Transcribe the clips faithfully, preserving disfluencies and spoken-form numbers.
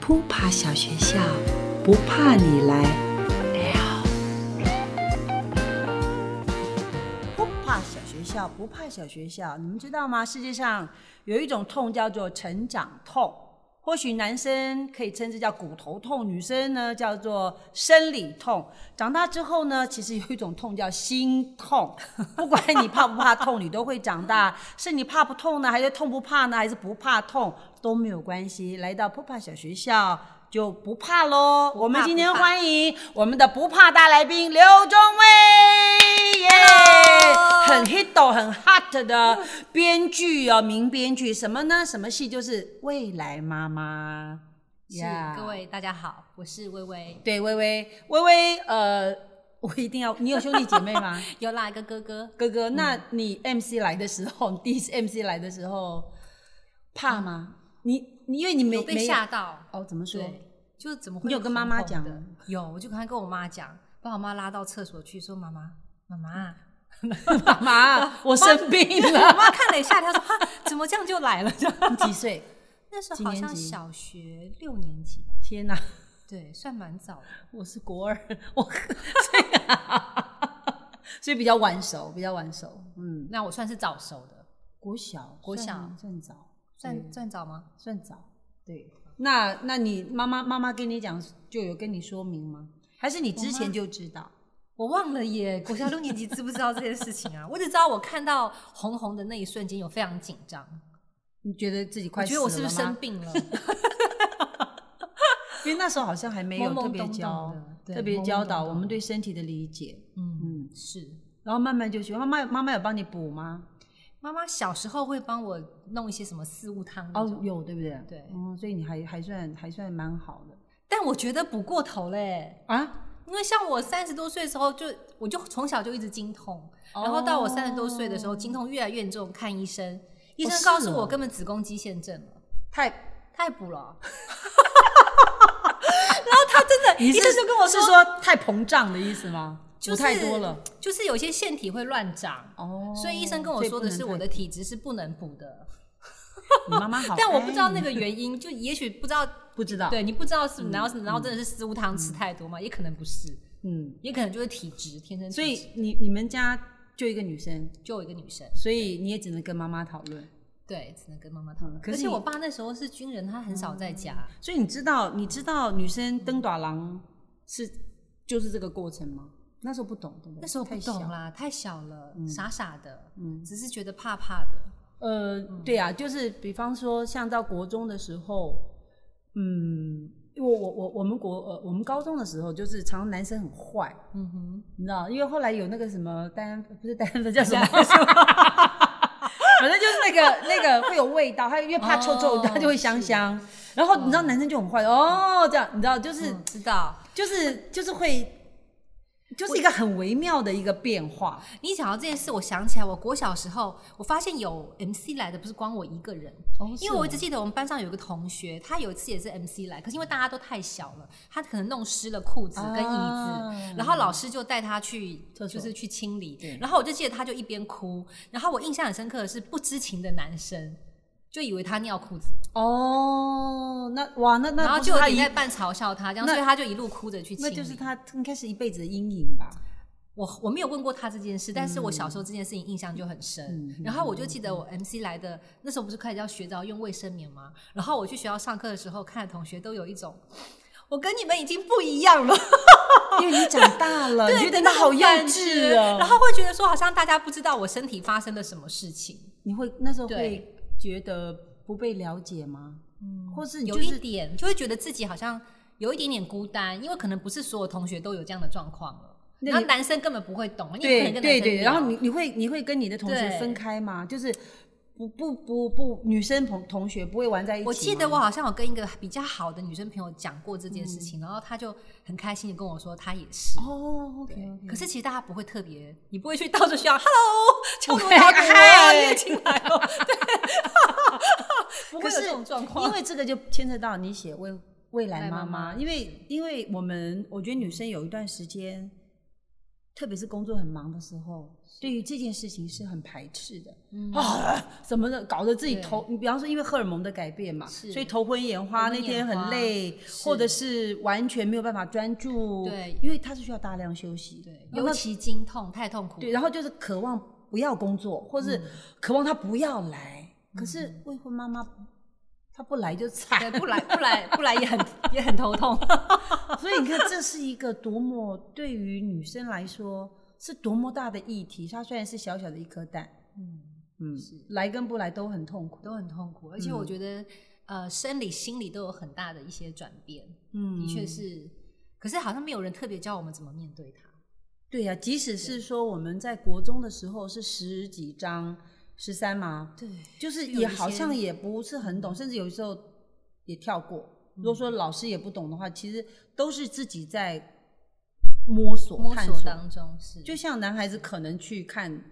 扑爬小学校，不怕你来了。 不怕小学校，不怕小学校，你们知道吗？世界上有一种痛叫做成长痛，或许男生可以称之叫骨头痛，女生呢叫做生理痛。长大之后呢，其实有一种痛叫心痛。不管你怕不怕痛，你都会长大。是你怕不痛呢，还是痛不怕呢，还是不怕痛都没有关系。来到不怕小学校就不怕咯。我们今天欢迎我们的不怕大来宾刘中尉，耶、yeah! 很 hit 很 hot 的编剧哦，名编剧。什么呢？什么戏？就是未来妈妈。 是、yeah. 各位大家好，我是薇薇。 对，薇薇，薇薇，呃，我一定要，你有兄弟姐妹吗？ 有啦，一个哥哥。 哥哥，那你 M C 来的时候，你第一次 M C 来的时候怕吗？你你因为你没有被吓到哦？怎么说？ 就是怎么会？ 你有跟妈妈讲？ 有，我就刚才跟我妈讲，把我妈拉到厕所去，说妈妈，妈妈。 妈妈，我生病了。 我妈看了一下，她说：“哈，怎么这样就来了？” 你几岁？ 那时候好像小学六年级吧。 天哪， 对，算蛮早的。 我是国二，我所以、啊、所以比较晚熟，比较晚熟。嗯， 那我算是早熟的。 国小， 国小算早， 算算早吗？ 算早。对，那那你妈妈妈妈跟你讲，就有跟你说明吗？还是你之前就知道？ 我忘了耶，国小六年级知不知道这件事情啊？我只知道我看到红红的那一瞬间有非常紧张。 你觉得自己快死了吗？ 我觉得我是不是生病了？ 因为那时候好像还没有特别教， 懵懵特别教导我们对身体的理解。 嗯嗯，是。 然后慢慢就学。妈妈妈妈有帮你补吗？ 妈妈小时候会帮我弄一些什么四物汤哦，有对不对？ 对， 嗯，所以你还还算还算蛮好的。 但我觉得补过头嘞啊！ 因为像我三十多岁的时候就，就我就从小就一直经痛，哦、然后到我三十多岁的时候，经痛越来越严重，看医生，医生告诉我根本子宫肌腺症了， 太太补了。然后他真的，医生就跟我说， 是说太膨胀的意思吗？ 就是太多了， 就是有些腺体会乱长哦，所以医生跟我说的是我的体质是不能补的。 你妈妈好， 但我不知道那个原因，就也许不知道， 不知道， 对你不知道是，然后然后真的是四物汤吃太多吗？也可能不是，嗯，也可能就是体质天生体质。 所以你你们家就一个女生， 就一个女生， 所以你也只能跟妈妈讨论。 对，只能跟妈妈讨论。而且我爸那时候是军人，他很少在家， 所以你知道你知道女生登短廊是就是这个过程吗？那时候不懂，对不对？ 那时候不懂啦，太小了，嗯、傻傻的，嗯，只是觉得怕怕的。 呃，对啊，就是比方说，像到国中的时候，嗯，我我我我们国呃我们高中的时候，就是常常男生很坏，嗯哼，你知道，因为后来有那个什么单不是单分叫什么，反正就是那个那个会有味道，他因为怕臭臭，他、哦、就会香香。然后你知道男生就很坏哦，这样你知道就是、 嗯、知道， 就是就是会。就是一个很微妙的一个变化。 你讲到这件事，我想起来，我国小时候，我发现有 M C 来的不是光我一个人，哦、因为我一直记得我们班上有一个同學，他有一次也是 M C 来，可是因为大家都太小了，他可能弄湿了裤子跟椅子，啊、然后老师就带他去，就是去清理。然后我就记得他就一边哭，然后我印象很深刻的是不知情的男生。就以为他尿裤子哦，那哇那那， 然后就有点在半嘲笑他，这样，所以他就一路哭着去清理。 那就是他应该是一辈子的阴影吧。 我我没有问过他这件事，但是我小时候这件事情印象就很深。嗯、然后我就记得我 M C 来的那时候不是开始要学着用卫生棉吗？然后我去学校上课的时候，看的同学都有一种，我跟你们已经不一样了， 因为你长大了，你觉得他好幼稚哦， 然后会觉得说好像大家不知道我身体发生了什么事情。 你会那时候会。觉得不被了解吗？嗯，或是你、就是、 有一点就会觉得自己好像有一点点孤单，因为可能不是所有同学都有这样的状况了。然后男生根本不会懂， 对你可能跟男生对对，然后你你会你会跟你的同学分开吗？就是不不不不，女生同同学不会玩在一起吗？ 我记得我好像有跟一个比较好的女生朋友讲过这件事情，嗯、然后她就很开心的跟我说，她也是。 哦 ，OK，, okay. 可是其实大家不会特别，你不会去到处需要 ，Hello， 敲锣打鼓啊，你也进来哦，对，不会有这种状况。 因为这个就牵扯到你写未未来妈妈，因为因为我们我觉得女生有一段时间特别是工作很忙的时候，对于这件事情是很排斥的。嗯啊，什么的，搞得自己头，你比方说因为荷尔蒙的改变嘛，所以头昏眼花，那天很累，或者是完全没有办法专注。 对， 因为他是需要大量休息， 对，尤其经痛太痛苦。 对，然后就是渴望不要工作，或是渴望他不要来。嗯、可是未婚妈妈她不来就惨， 对，不来不来不来也很也很头痛。 所以你看，这是一个多么对于女生来说是多么大的议题。它虽然是小小的一颗蛋，嗯嗯，来跟不来都很痛苦， 都很痛苦。而且我觉得，嗯、呃，生理、心理都有很大的一些转变。嗯，的确是。可是好像没有人特别教我们怎么面对它。 对呀、啊，即使是说我们在国中的时候是十几章。十三吗？ 对， 就是也好像也不是很懂，甚至有时候也跳过。如果说老师也不懂的话，其实都是自己在摸索、 摸探索当中是。 就像男孩子可能去看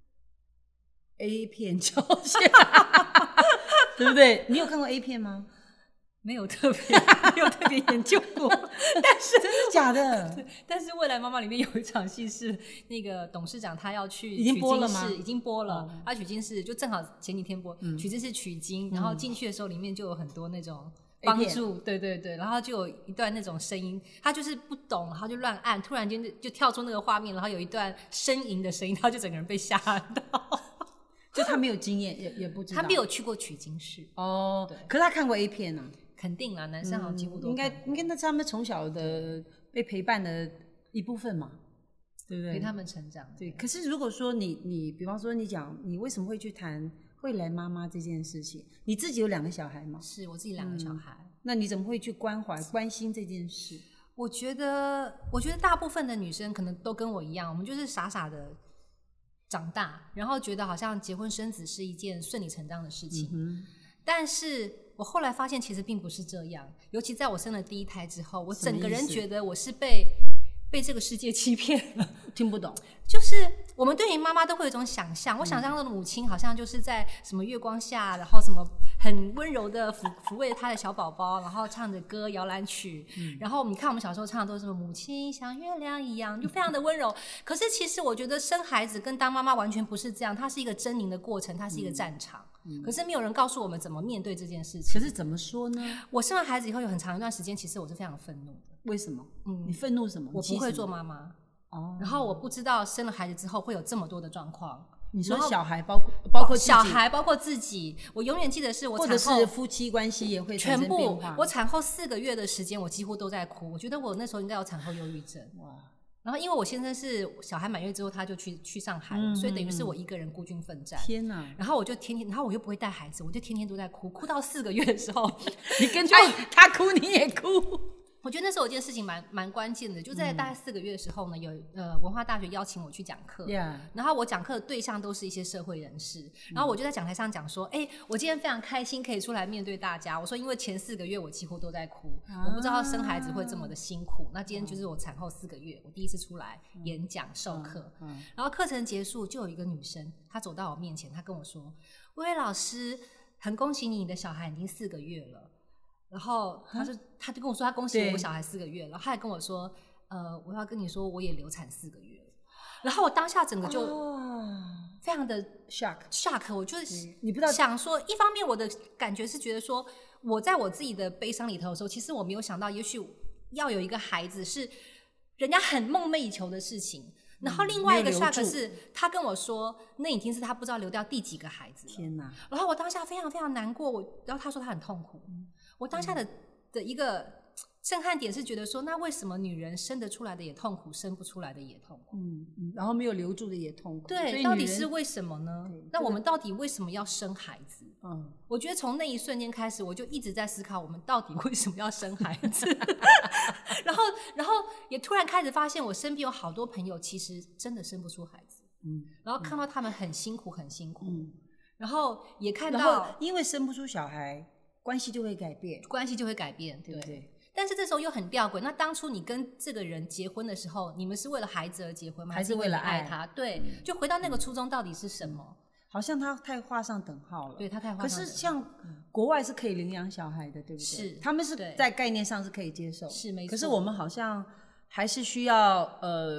A 片教学，对不对？你有看过 A 片吗？ 没有特别没有特别研究过，但是真的假的？ 但是《未来妈妈》里面有一场戏是那个董事长他要去已经播了吗？ 已经播了，哦、他取经是就正好前几天播，嗯、取经是取经，然后进去的时候里面就有很多那种帮助，对对对，然后就有一段那种声音，他就是不懂，然后就乱按，突然间就就跳出那个画面，然后有一段呻吟的声音，他就整个人被吓到。 就他没有经验，也也不知道， 他没有去过取经室哦，可是他看过 A 片啊。 肯定啦，男生好像几乎都、 嗯、应该应该那是他们从小的被陪伴的一部分嘛，对不对？ 陪他们成长。 对。可是如果说你你比方说你讲你为什么会去谈未来妈妈这件事情？你自己有两个小孩吗？ 是我自己两个小孩、嗯。 那你怎么会去关怀关心这件事？ 我觉得我觉得大部分的女生可能都跟我一样，我们就是傻傻的长大，然后觉得好像结婚生子是一件顺理成章的事情。嗯、但是我后来发现其实并不是这样，尤其在我生了第一胎之后，我整个人觉得我是被被这个世界欺骗了。 听不懂， 就是我们对于妈妈都会有一种想象，我想象中的母亲好像就是在什么月光下，然后什么很温柔的抚抚慰她的小宝宝，然后唱着歌摇篮曲、嗯、然后你看我们小时候唱的都是什么母亲像月亮一样，就非常的温柔。可是其实我觉得生孩子跟当妈妈完全不是这样，它是一个狰狞的过程，它是一个战场、嗯嗯、可是没有人告诉我们怎么面对这件事情。 可是怎么说呢？ 我生完孩子以后有很长一段时间其实我是非常愤怒的。 为什么？嗯，你愤怒什么？ 我不会做妈妈哦，然后我不知道生了孩子之后会有这么多的状况。 你说小孩包括包括小孩包括自己，我永远记得是我产后或者是夫妻关系也会产生变化。 全部，我产后四个月的时间，我几乎都在哭。我觉得我那时候应该有产后忧郁症。哇！然后因为我先生是小孩满月之后他就去去上海了、嗯，所以等于是我一个人孤军奋战。天哪！然后我就天天，然后我又不会带孩子，我就天天都在哭，哭到四个月的时候， 你跟他他哭你也哭。 我觉得那时候有件事情蛮蛮关键的，就在大概四个月的时候呢，有呃文化大学邀请我去讲课， yeah. 然后我讲课的对象都是一些社会人士，然后我就在讲台上讲说，哎、欸，我今天非常开心可以出来面对大家。我说因为前四个月我几乎都在哭，啊、我不知道生孩子会这么的辛苦。那今天就是我产后四个月，我第一次出来演讲授课、嗯嗯，然后课程结束就有一个女生，她走到我面前，她跟我说：“薇薇老师，很恭喜你，你的小孩已经四个月了。”然后他就他就跟我说他恭喜我小孩四个月，然后他还跟我说呃我要跟你说我也流产四个月了。然后我当下整个就非常的 shock shock， 我就是你不知道想说，一方面我的感觉是觉得说我在我自己的悲伤里头的时候，其实我没有想到也许要有一个孩子是人家很梦寐以求的事情。然后另外一个 shock 是他跟我说那已经是他不知道流掉第几个孩子了。天哪！然后我当下非常非常难过，我然后他说他很痛苦。嗯，我当下的、嗯、的一个震撼点是觉得说，那为什么女人生得出来的也痛苦，生不出来的也痛苦？ 嗯嗯，然后没有留住的也痛苦。 对，到底是为什么呢？那我们到底为什么要生孩子？嗯，我觉得从那一瞬间开始，我就一直在思考，我们到底为什么要生孩子？然后，然后也突然开始发现，我身边有好多朋友其实真的生不出孩子。嗯，然后看到他们很辛苦，很辛苦。嗯，然后也看到， 因为生不出小孩。关系就会改变， 关系就会改变，对不对？ 对。 但是这时候又很吊诡，那当初你跟这个人结婚的时候，你们是为了孩子而结婚吗？ 还是为了爱他？对、嗯，就回到那个初衷到底是什么？ 好像他太画上等号了。 对，他太画上等号。 可是像国外是可以领养小孩的，对不对？是，他们是在概念上是可以接受， 是没错。 可是我们好像还是需要呃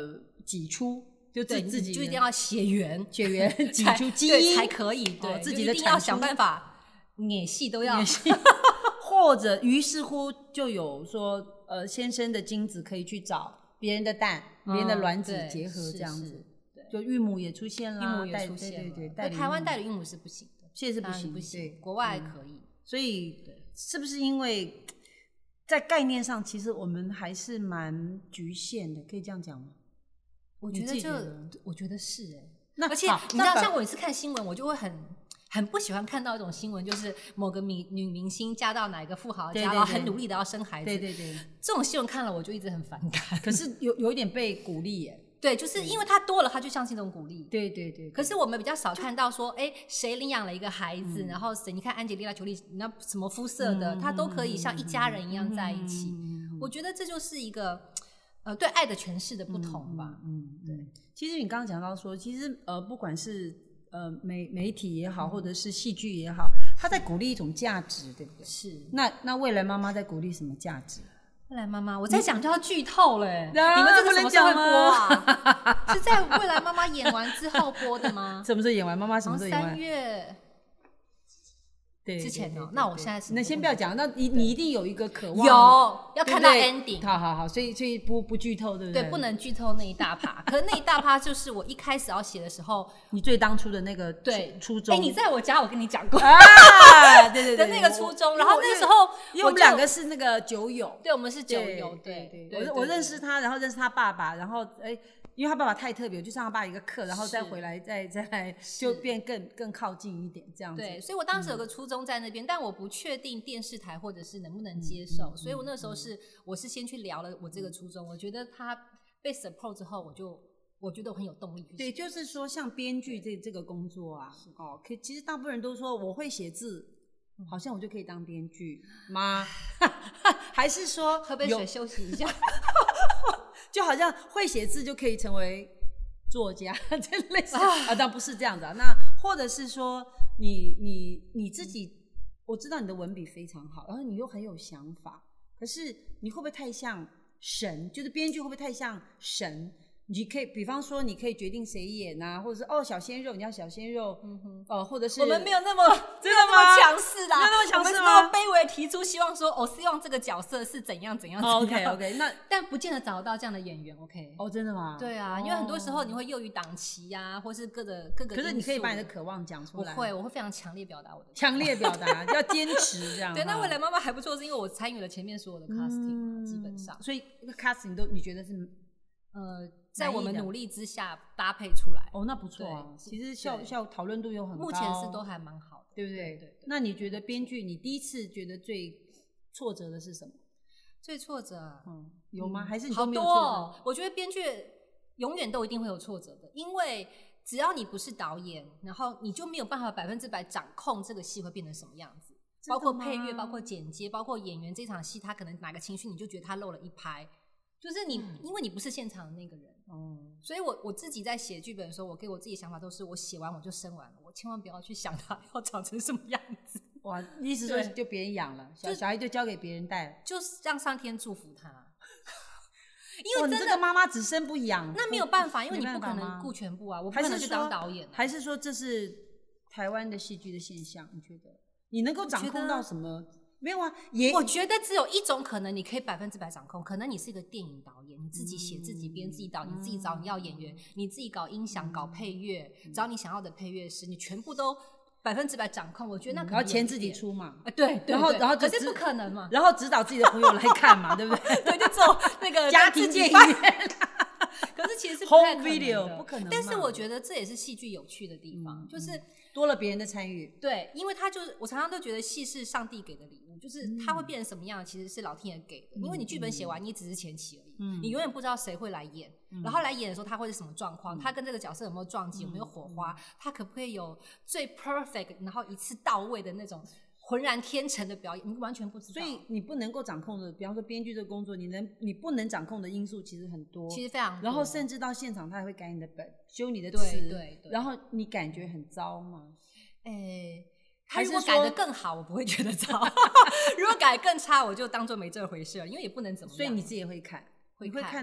挤出，就自对， 己自己就一定要血缘， 血缘挤出基对因才可以，对， 哦自己的就一定要产出想办法，演戏都要也是或者于是乎就有说，呃，先生的精子可以去找别人的蛋、别人的卵子对结合是这样子是，对就孕母也出现孕啦， 母也代出现了， 对对对， 但台湾代理孕母是不行的， 现在是不当然行，对不行，国外嗯可以。 所以是不是因为在概念上，其实我们还是蛮局限的，可以这样讲吗？你自我觉得这己觉得， 我觉得是哎、 那而且好你知道， 那反像我有一次看新闻，我就会很很不喜欢看到一种新闻，就是某个女女明星嫁到哪一个富豪家， 对对对然后很努力的要生孩子。 对对对， 这种新闻看了我就一直很反感。 可是有有一点被鼓励耶， 对，就是因为它多了，它就像是一种鼓励。 对对对， 可是我们比较少看到说，哎，谁领养了一个孩子，然后谁？你看安吉丽娜·裘丽，那什么肤色的，她都可以像一家人一样在一起。我觉得这就是一个呃对爱的诠释的不同吧。 嗯，对。其实你刚刚讲到说，其实呃，不管是呃媒媒体也好，或者是戏剧也好，它在鼓励一种价值，对不对？ 是。 那那未来妈妈在鼓励什么价值？ 未来妈妈，我在讲就要剧透嘞、 啊你们这个什么时候会不能播啊？是在未来妈妈演完之后播的吗？ 什么时候演完？妈妈什么时候演完？ 三月对之前哦、 对对对那我现在是那先不要讲，那你你一定有一个渴望， 有要看到对不对 ending。 好好好，所以所以不不剧透，对不对？ 对，不能剧透那一大趴。可是那一大趴就是我一开始要写的时候， 你最当初的那个对初衷。 哎、你在我家，我跟你讲过啊，对对对， 的那个初衷。然后那时候因为我们两个是那个酒友， 对，我们是酒对友， 对对对，我我认识他，然后认识他爸爸，然后哎。因为他爸爸太特别，我就上他爸一个课，然后再回来，再再来就变更更靠近一点这样子。 对，所以我当时有个初衷在那边，嗯、但我不确定电视台或者是能不能接受，嗯、所以我那时候是、嗯、我是先去聊了我这个初衷，我觉得他被 support 之后，我就我觉得我很有动力。 对，就是说像编剧这这个工作啊，哦，可其实大部分人都说我会写字。好像我就可以当编剧吗？还是说喝杯水休息一下？ 就好像会写字就可以成为作家，就类似啊，当然不是这样的、啊。那或者是说你你你自己，我知道你的文笔非常好，然后你又很有想法，可是你会不会太像神？就是编剧会不会太像神？你可以，比方说，你可以决定谁演啊，或者是哦，小鲜肉，你要小鲜肉，嗯哼，呃，或者是我们没有那么真的吗？ 强势啦， 没有那么强势吗？ 我们那么卑微提出希望说，哦，希望这个角色是怎样怎样怎样。 OK OK， 那但不见得找得到这样的演员。OK， 哦，真的吗？ 对啊，因为很多时候你会囿于档期呀、啊，或是各个各个。 可是你可以把你的渴望讲出来。 我会，我会非常强烈表达我的强烈表达，要坚持这样。 对，那未来妈妈还不错，是因为我参与了前面所有的 casting，、嗯、基本上， 所以那个 casting 都你觉得是呃。在我们努力之下搭配出来哦，那不错啊。其实效效讨论度又很高， 目前是都还蛮好的， 对不对？ 对对对。 那你觉得编剧，你第一次觉得最挫折的是什么？ 最挫折， 嗯，有吗？还是你好都没有多哦？我觉得编剧永远都一定会有挫折的，因为只要你不是导演，然后你就没有办法百分之百掌控这个戏会变成什么样子，包括配乐，包括剪接，包括演员这场戏他可能哪个情绪你就觉得他漏了一拍。就是你、嗯，因为你不是现场的那个人，嗯，所以我我自己在写剧本的时候，我给我自己的想法都是，我写完我就生完了，我千万不要去想它要长成什么样子。 哇，意思说就别人养了，小小孩就交给别人带了， 就是让上天祝福他。因为真的、 哦、你这个妈妈只生不养， 那没有办法，因为你不可能顾全部啊，我不可能去当导演、啊。 还是说这是台湾的戏剧的现象？你觉得你能够掌控到什么？没有啊，也我觉得只有一种可能，你可以百分之百掌控。可能你是一个电影导演，你自己写、自己编、自己导，你自己找你要演员，你自己搞音响、搞配乐，找你想要的配乐师，你全部都百分之百掌控。我觉得那可能然后钱自己出嘛， 啊对，对然后然后可是不可能嘛， 然后指导自己的朋友来看嘛，对不对？ 对，就做那个家庭电影院。 可是其实是不太可能的 Home video 不可能， 但是我觉得这也是戏剧有趣的地方，嗯、就是多了别人的参与。 对，因为他就是我常常都觉得戏是上帝给的礼物，就是它会变成什么样，其实是老天爷给的。嗯、因为你剧本写完，你只是前期而已，嗯、你永远不知道谁会来演，嗯、然后来演的时候他会是什么状况，嗯、他跟这个角色有没有撞击，有没有火花，他可不可以有最 perfect， 然后一次到位的那种。浑然天成的表演，你完全不知道， 所以你不能够掌控的，比方说编剧这个工作，你能你不能掌控的因素其实很多， 其实非常多， 然后甚至到现场他还会改你的本，修你的词， 对对对， 然后你感觉很糟吗？ 哎、欸，他如果改得更好，我不会觉得糟；如果改得更差，我就当做没这回事了，因为也不能怎么样。 所以你自己也会看， 会看你会看那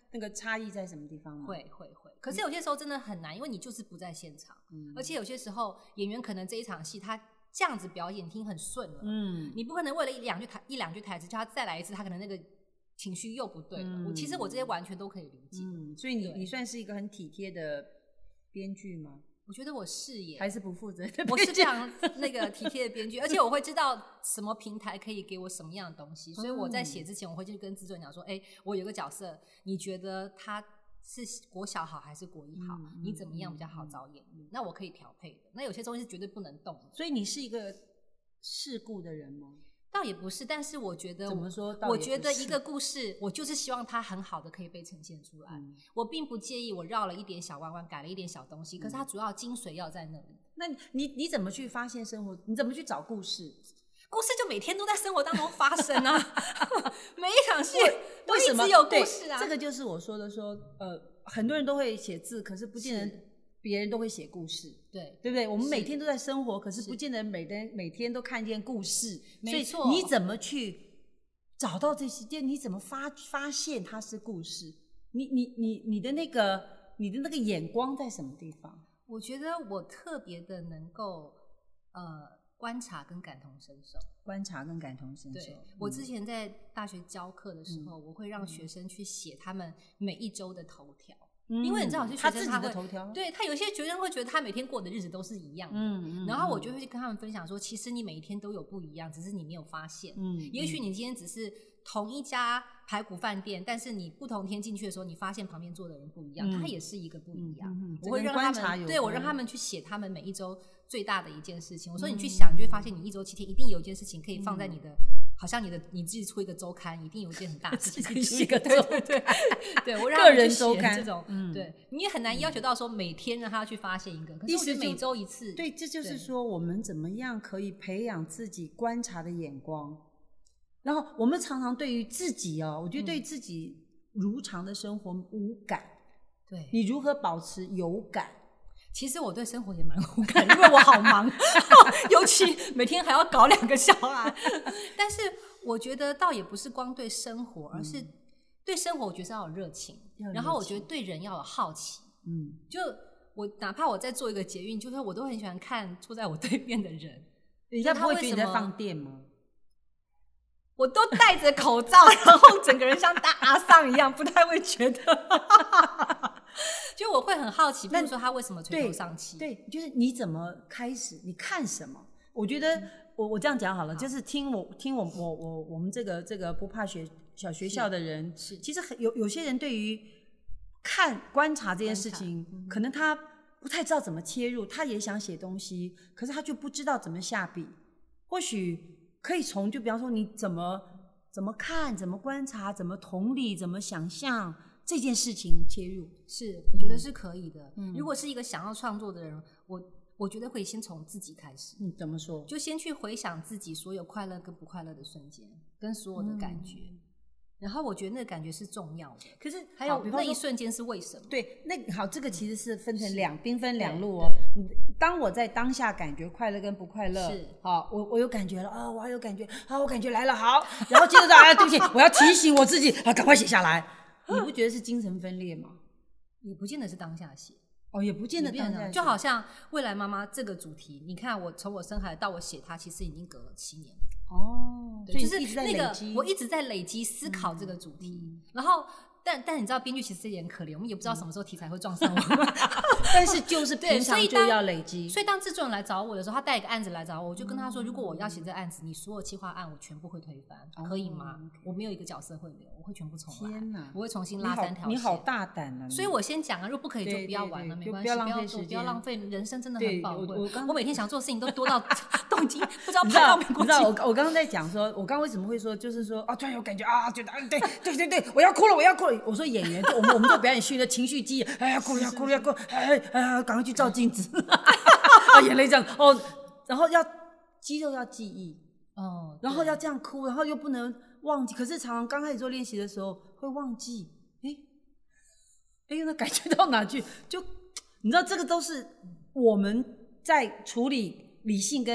那个差异在什么地方吗？ 会会会，可是有些时候真的很难，因为你就是不在现场，嗯、而且有些时候演员可能这一场戏他这样子表演听很顺了，嗯，你不可能为了一两句台一两句台词叫他再来一次，他可能那个情绪又不对了。嗯、我其实我这些完全都可以理解， 嗯，所以你你算是一个很体贴的编剧吗？ 我觉得我是耶， 还是不负责任？ 我是非常那个体贴的编剧，而且我会知道什么平台可以给我什么样的东西，所以我在写之前，我会去跟制作人讲说：“哎、欸，我有个角色，你觉得他是国小好还是国一好？嗯、你怎么样比较好找演员？嗯、那我可以调配的。那有些东西是绝对不能动的。 所以你是一个世故的人吗？” 倒也不是，但是我觉得怎么说？ 我觉得一个故事，我就是希望它很好的可以被呈现出来。嗯、我并不介意我绕了一点小弯弯，改了一点小东西，可是它主要精髓要在那里。 那你你怎么去发现生活？你怎么去找故事？ 故事就每天都在生活当中发生啊，每一场戏都一直有故事啊。 这个就是我说的说，呃，很多人都会写字，可是不见得别人都会写故事， 对对不对？我们每天都在生活，可是不见得每天每天都看见故事。 没错， 所以你怎么去找到这些？你怎么发发现它是故事？你你你你的那个你的那个眼光在什么地方？ 我觉得我特别的能够呃观察跟感同身受， 观察跟感同身受。 对，嗯、我之前在大学教课的时候，嗯、我会让学生去写他们每一周的头条。嗯、因为你知道，有些学生他会他自己的头条， 对他有些学生会觉得他每天过的日子都是一样的，嗯嗯、然后我就会去跟他们分享说，其实你每一天都有不一样，只是你没有发现。嗯，也许你今天只是同一家排骨饭店，但是你不同天进去的时候，你发现旁边坐的人不一样，嗯、他也是一个不一样。嗯嗯、我会让他们，对我让他们去写他们每一周最大的一件事情。我说你去想，你就会发现你一周七天一定有一件事情可以放在你的。嗯好像你的你自己出一个周刊，一定有一件很大的事情可以写。对对对，对我让个人周刊这种，嗯，对你也很难要求到说每天让他去发现一个，可是我觉得每周一次。 对，这就是说我们怎么样可以培养自己观察的眼光。然后我们常常对于自己哦，我觉得对自己如常的生活无感。 对， 你如何保持有感？ 其实我对生活也蛮无感，因为我好忙，尤其每天还要搞两个小孩。但是我觉得倒也不是光对生活，而是对生活我觉得要有热情，嗯、然后我觉得对人要有好奇。嗯，就我哪怕我在做一个捷运，就是我都很喜欢看坐在我对面的人。 人家不会觉得你在放电吗？ 我都戴着口罩，然后整个人像大阿桑一样，不太会觉得。就我会很好奇，比如说他为什么垂头丧气？ 对，对，就是你怎么开始？你看什么？我觉得、嗯、我我这样讲好了，好就是听我听我我我我们这个这个不怕学小学校的人， 是其实有有些人对于看观察这件事情，嗯、可能他不太知道怎么切入，他也想写东西，可是他就不知道怎么下笔。或许可以从就比方说你怎么怎么看、怎么观察、怎么同理、怎么想象。这件事情切入， 是我觉得是可以的。嗯、如果是一个想要创作的人，我我觉得会先从自己开始。 嗯，怎么说？ 就先去回想自己所有快乐跟不快乐的瞬间，跟所有的感觉。嗯、然后我觉得那个感觉是重要的。 可是还有那一瞬间是为什么？ 对，那好，这个其实是分成两兵分两路哦。当我在当下感觉快乐跟不快乐， 是好，我我有感觉了啊、哦，我还有感觉，好，我感觉来了，好，然后接着到啊，对不起，我要提醒我自己啊，赶快写下来。你不觉得是精神分裂吗？ 也不见得是当下写哦，也不见得当下写。 就好像未来妈妈这个主题，你看我从我生孩子到我写它，其实已经隔了七年哦， 对，就是那个我一直在累积思考这个主题，嗯、然后。但但你知道编剧其实也很可怜，我们也不知道什么时候题材会撞上我们， 但是就是平常就要累积。 所以当制作人来找我的时候，他带一个案子来找我，我就跟他说：如果我要写这个案子，你所有企划案我全部会推翻，哦、可以吗？ Okay. 我没有一个角色会留，我会全部重来。天哪！我会重新拉三条线。 你好大胆啊！ 所以我先讲啊，如果不可以就不要玩了，没关系，不要浪费，不要浪费，人生真的很宝贵。我, 我, 我每天想做的事情都多到都已经不知道拍到美国去。 你知道我我刚刚在讲说，我刚刚为什么会说，就是说啊，突然有感觉啊，觉得啊，对对对对，我要哭了，我要哭了。我说演员。我们我们做表演训的情绪记忆，哎呀哭了呀哭了呀哭，哎哎赶快去照镜子，啊眼泪这样哦，然后要肌肉要记忆哦，然后要这样哭，然后又不能忘记，可是常常刚开始做练习的时候会忘记，哎哎那感觉到哪去？就你知道这个都是我们在处理理性跟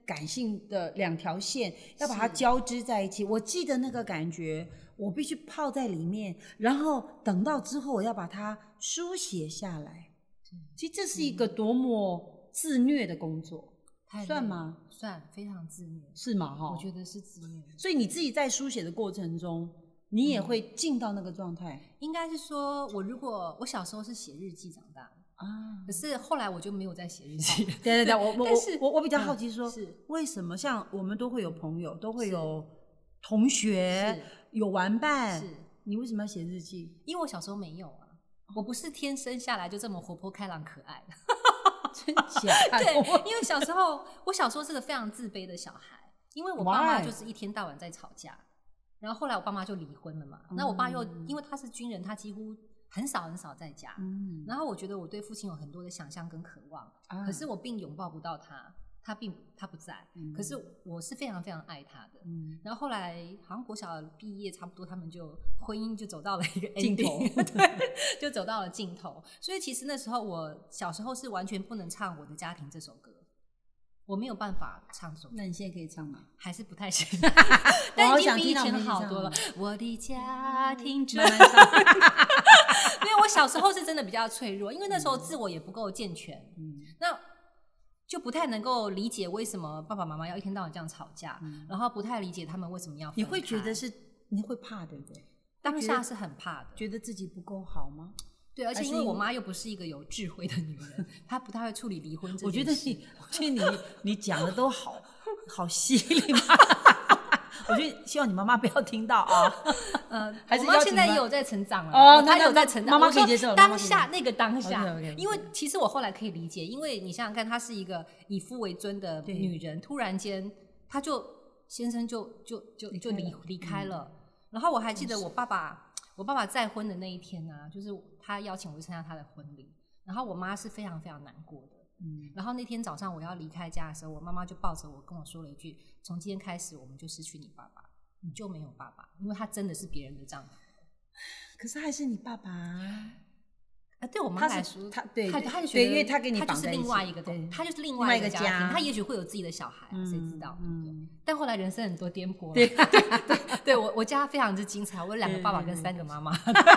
感性的两条线要把它交织在一起。我记得那个感觉，我必须泡在里面，然后等到之后我要把它书写下来。其实这是一个多么自虐的工作， 太算吗？ 算，非常自虐， 是吗？哈， 我觉得是自虐。 所以你自己在书写的过程中，你也会进到那个状态。 嗯、应该是说，我如果我小时候是写日记长大的啊， 可是后来我就没有再写日记。 对对对，我我我我比较好奇说， 是为什么像我们都会有朋友，都会有同学，有玩伴， 是你为什么要写日记？ 因为我小时候没有啊，我不是天生下来就这么活泼开朗可爱的。 真假？ 对，因为小时候我小时候是个非常自卑的小孩，因为我爸妈就是一天到晚在吵架，然后后来我爸妈就离婚了嘛。嗯、那我爸又因为他是军人，他几乎很少很少在家。嗯、然后我觉得我对父亲有很多的想象跟渴望，啊、可是我并拥抱不到他，他并他不在。嗯、可是我是非常非常爱他的。嗯、然后后来好像国小毕业差不多，他们就婚姻就走到了一个尽头， 对，就走到了尽头。所以其实那时候我小时候是完全不能唱《我的家庭》这首歌。我没有办法唱这首歌。 那你现在可以唱吗？ 还是不太行，但已经比以前好多了。我的家庭慢慢唱，因为我小时候是真的比较脆弱，因为那时候自我也不够健全，嗯、那就不太能够理解为什么爸爸妈妈要一天到晚这样吵架，嗯、然后不太理解他们为什么要分开。 你会觉得是你会怕，对不对？ 当下是很怕的， 觉得自己不够好吗？ 对，而且因为我妈又不是一个有智慧的女人，她不太会处理离婚这件事。 我觉得你，我觉得你，你讲的都好好犀利嘛。我觉得希望你妈妈不要听到啊。 呃，还是我妈现在也有在成长了哦， 她有在成长。 妈妈可以接受。 当下那个当下， okay, okay, okay. 因为其实我后来可以理解，因为你想想看，她是一个以夫为尊的女人，突然间她就先生就就就就离离开了。嗯、然后我还记得我爸爸。我爸爸再婚的那一天呢、啊，就是他邀请我去参加他的婚礼，然后我妈是非常非常难过的。嗯，然后那天早上我要离开家的时候，我妈妈就抱着我跟我说了一句：“从今天开始，我们就失去你爸爸，你就没有爸爸，因为他真的是别人的丈夫。” 可是还是你爸爸啊！ 啊，对我妈来说， 他对他他就觉得， 得因为他给你绑在一起，他就是另外一个，他就是另外一个家庭， 家他也许会有自己的小孩、啊，嗯、谁知道？嗯，但后来人生很多颠簸， 对对对，对我我家非常之精彩，我有两个爸爸跟三个妈妈。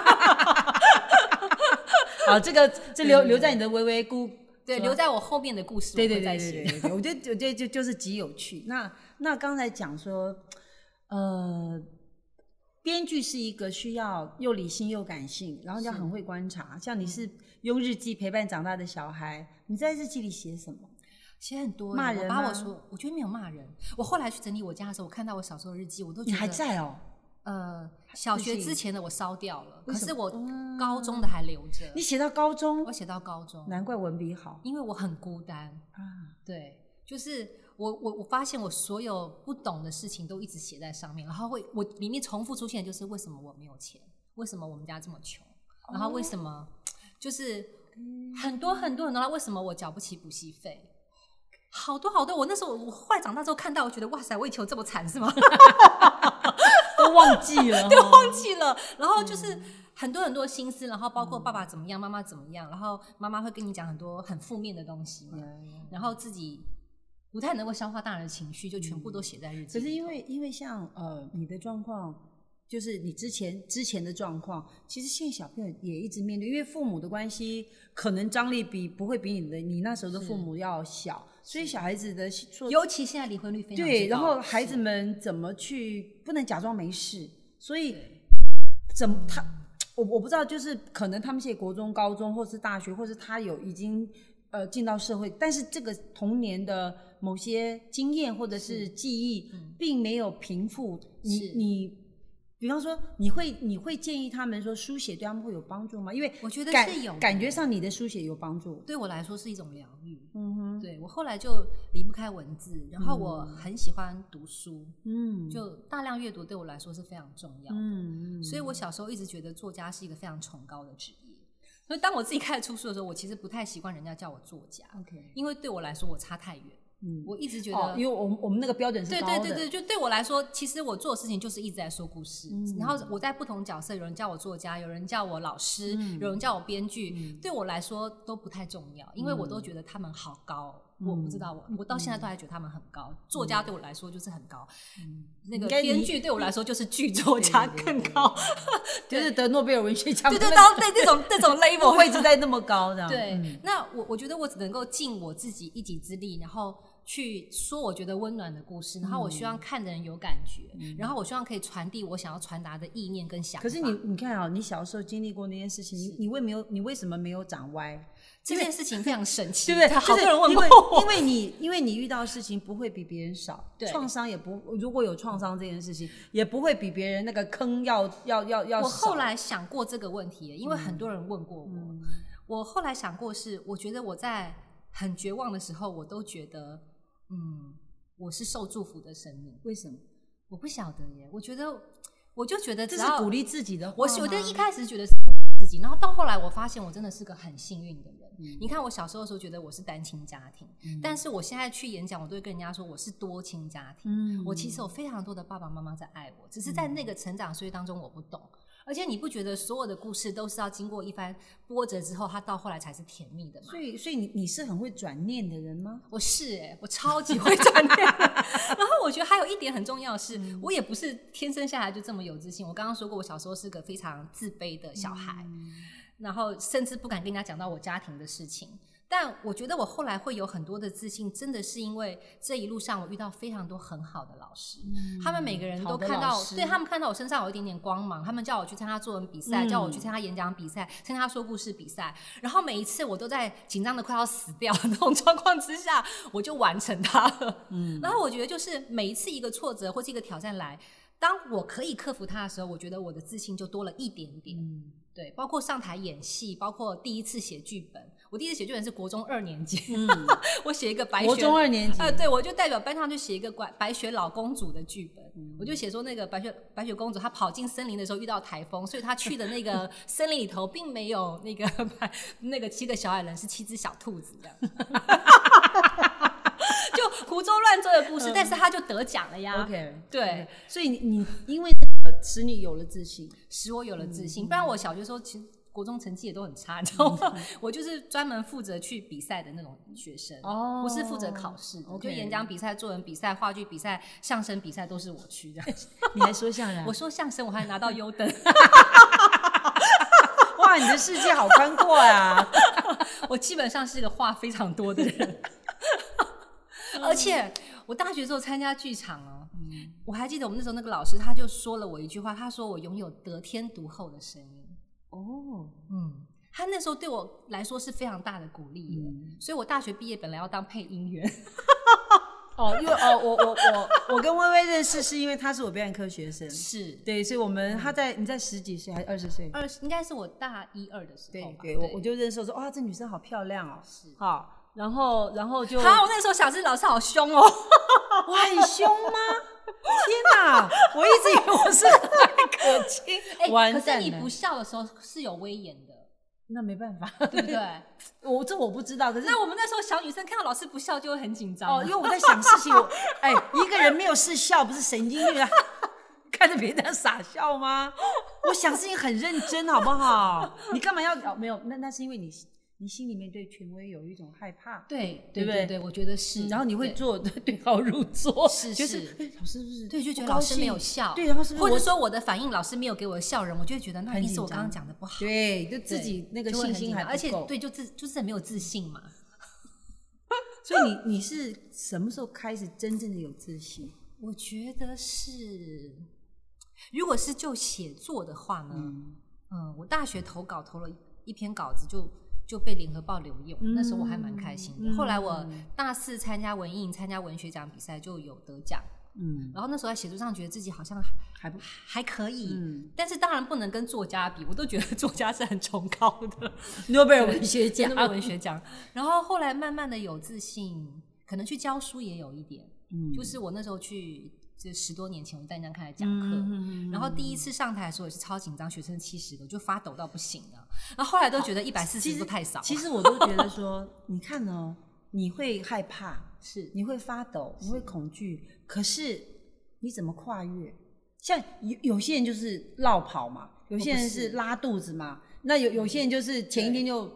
好，这个这留留在你的微微故， 对，留在我后面的故事， 对对对对对对，我觉得我觉得就就是极有趣。那那刚才讲说，呃。编剧是一个需要又理性又感性，然后要很会观察。像你是用日记陪伴长大的小孩，你在日记里写什么？ 写很多， 骂人吗？ 我爸我说，我觉得没有骂人。我后来去整理我家的时候，我看到我小时候的日记，我都觉得你还在哦。 呃，小学之前的我烧掉了，可是我高中的还留着。 你写到高中？ 我写到高中， 难怪文笔好， 因为我很孤单啊。对，就是。我我我发现我所有不懂的事情都一直写在上面，然后会我里面重复出现的就是为什么我没有钱，为什么我们家这么穷，然后为什么就是很多很多很多，为什么我缴不起补习费，好多好多。我那时候我后来长大之后看到，我觉得哇塞，我以前有这么惨是吗？ 都忘记了， 对，忘记了。然后就是很多很多心思，然后包括爸爸怎么样，妈妈怎么样，然后妈妈会跟你讲很多很负面的东西嘛，然后自己。不太能够消化大人的情绪，就全部都写在日记、嗯。 可是因为因为像呃你的状况，就是你之前之前的状况，其实现在小朋友也一直面对，因为父母的关系可能张力比不会比你的你那时候的父母要小，所以小孩子的尤其现在离婚率非常高。 对，然后孩子们怎么去不能假装没事，所以怎么他我我不知道，就是可能他们现在国中、高中或是大学，或是他有已经。呃，进到社会，但是这个童年的某些经验或者是记忆，并没有平复。你你，比方说，你会你会建议他们说书写对他们会有帮助吗？因为我觉得是有， 感觉上你的书写有帮助。 对我来说是一种疗愈。 嗯哼， 对我后来就离不开文字，然后我很喜欢读书，嗯，就大量阅读对我来说是非常重要的。嗯嗯，所以我小时候一直觉得作家是一个非常崇高的职业。所以当我自己开始出书的时候，我其实不太习惯人家叫我作家， okay. 因为对我来说我差太远。嗯，我一直觉得， 哦、因为我们我们那个标准是高的。 对对对对，就对我来说，其实我做的事情就是一直在说故事。嗯、然后我在不同角色，有人叫我作家，有人叫我老师，嗯、有人叫我编剧，嗯、对我来说都不太重要，因为我都觉得他们好高。 我不知道，我我到现在都还觉得他们很高。作家对我来说就是很高， 嗯、 那个编剧对我来说就是剧作家更高， 就是得诺贝尔文学奖， 对对，到对这种这种 level 位置在那么高，这样。 对， 嗯、 那我我觉得我只能够尽我自己一己之力，然后去说我觉得温暖的故事，然后我希望看的人有感觉，嗯、然后我希望可以传递我想要传达的意念跟想法。 可是你你看啊、哦，你小时候经历过那件事情，你你为没有你为什么没有长歪？ 这件事情非常神奇， 对不对？ 好多人问过我，因为你因为你遇到的事情不会比别人少，创伤也不如果有创伤这件事情，也不会比别人那个坑要要要要少。 我后来想过这个问题，因为很多人问过我，嗯、我后来想过是，我觉得我在很绝望的时候，我都觉得，嗯，我是受祝福的生命。 为什么？ 我不晓得耶，我觉得，我就觉得只要这是鼓励自己的话， 我我觉得一开始觉得是自己，然后到后来我发现我真的是个很幸运的人。嗯、你看我小时候的时候觉得我是单亲家庭，嗯、但是我现在去演讲，我都会跟人家说我是多亲家庭。嗯、我其实有非常多的爸爸妈妈在爱我，只是在那个成长岁月当中我不懂。而且你不觉得所有的故事都是要经过一番波折之后，它到后来才是甜蜜的吗？ 所以，所以你你是很会转念的人吗？ 我是哎、欸，我超级会转念。然后我觉得还有一点很重要的是，嗯、我也不是天生下来就这么有自信。我刚刚说过，我小时候是个非常自卑的小孩。嗯然后甚至不敢跟人家讲到我家庭的事情，但我觉得我后来会有很多的自信，真的是因为这一路上我遇到非常多很好的老师，嗯、他们每个人都看到，对他们看到我身上有一点点光芒，他们叫我去参加作文比赛，嗯、叫我去参加演讲比赛，参加说故事比赛，然后每一次我都在紧张的快要死掉的那种状况之下，我就完成它了。嗯、然后我觉得就是每一次一个挫折或是一个挑战来，当我可以克服它的时候，我觉得我的自信就多了一点点。嗯对，包括上台演戏，包括第一次写剧本。我第一次写剧本是国中二年级，嗯、我写一个白雪， 国中二年级， 呃，对，我就代表班上去写一个白雪老公主的剧本。嗯、我就写说那个白雪白雪公主，她跑进森林的时候遇到台风，所以她去的那个森林里头并没有那个那个七个小矮人，是七只小兔子这样。就胡诌乱诌的故事，嗯、但是他就得奖了呀。 OK， 对， okay. 所以你你因为那个使你有了自信， 使我有了自信。嗯、不然我小学的时候其实国中成绩也都很差，你知道吗？嗯、我就是专门负责去比赛的那种学生，哦、不是负责考试的。Okay. 就演讲比赛、作文比赛、话剧比赛、相声比赛都是我去的。 你还说相声？ 我说相声，我还拿到优等。 哇，你的世界好宽阔啊！ 我基本上是个话非常多的人。而且我大学之后参加剧场哦，嗯、我还记得我们那时候那个老师他就说了我一句话，他说我拥有得天独厚的声音。哦，嗯，他那时候对我来说是非常大的鼓励，嗯、所以我大学毕业本来要当配音员。 哦，因为哦，我我我我跟薇薇认识是因为她是我表演科学生， 是对，所以我们她在你在十几岁还是二十岁？ 二十应该是我大一二的时候吧。 对对，我我就认识我说哇，这女生好漂亮哦，是好。然后，然后就好。我那时候想是老师好凶哦， 我很凶吗？天哪！我一直以为我是和蔼可亲。哎、欸， 可是你不笑的时候是有威严的， 那没办法， 对不对？ 我这我不知道。可是那我们那时候小女生看到老师不笑就会很紧张哦， 因为我在想事情。我哎、欸，一个人没有事笑，不是神经病啊？看着别人傻笑吗？我想事情很认真，好不好？你干嘛要？哦，没有，那那是因为你。你心里面对权威有一种害怕， 对对不对？ 对，我觉得是。 嗯、然后你会做对号入座， 是就是、欸、老师是不是？ 对，就觉得老师没有笑， 对，然后是不是？ 或者说我的反应老师没有给我的笑容，我就会觉得那一定是我刚刚讲的不好， 对，就自己那个信心还不够， 而且对，就自就是很没有自信嘛。 所以你你是什么时候开始真正的有自信？ 我觉得是，如果是就写作的话呢，嗯，嗯我大学投稿投了一篇稿子就。就被联合报留用，嗯、那时候我还蛮开心的。嗯、后来我大四参加文艺参加文学奖比赛就有得奖，嗯，然后那时候在写作上觉得自己好像还不还可以，嗯，但是当然不能跟作家比，我都觉得作家是很崇高的诺贝尔文学奖， 诺贝尔文学奖。然后后来慢慢的有自信，可能去教书也有一点，嗯，就是我那时候去。这十多年前我在那开始讲课、嗯，然后第一次上台的时候也是超紧张，学生七十个，我就发抖到不行了。然后后来都觉得一百四十都太少。 其实我都觉得说，你看哦，你会害怕， 是你会发抖，你会恐惧，可是你怎么跨越？像有有些人就是落跑嘛，有些人是拉肚子嘛，那有有些人就是前一天就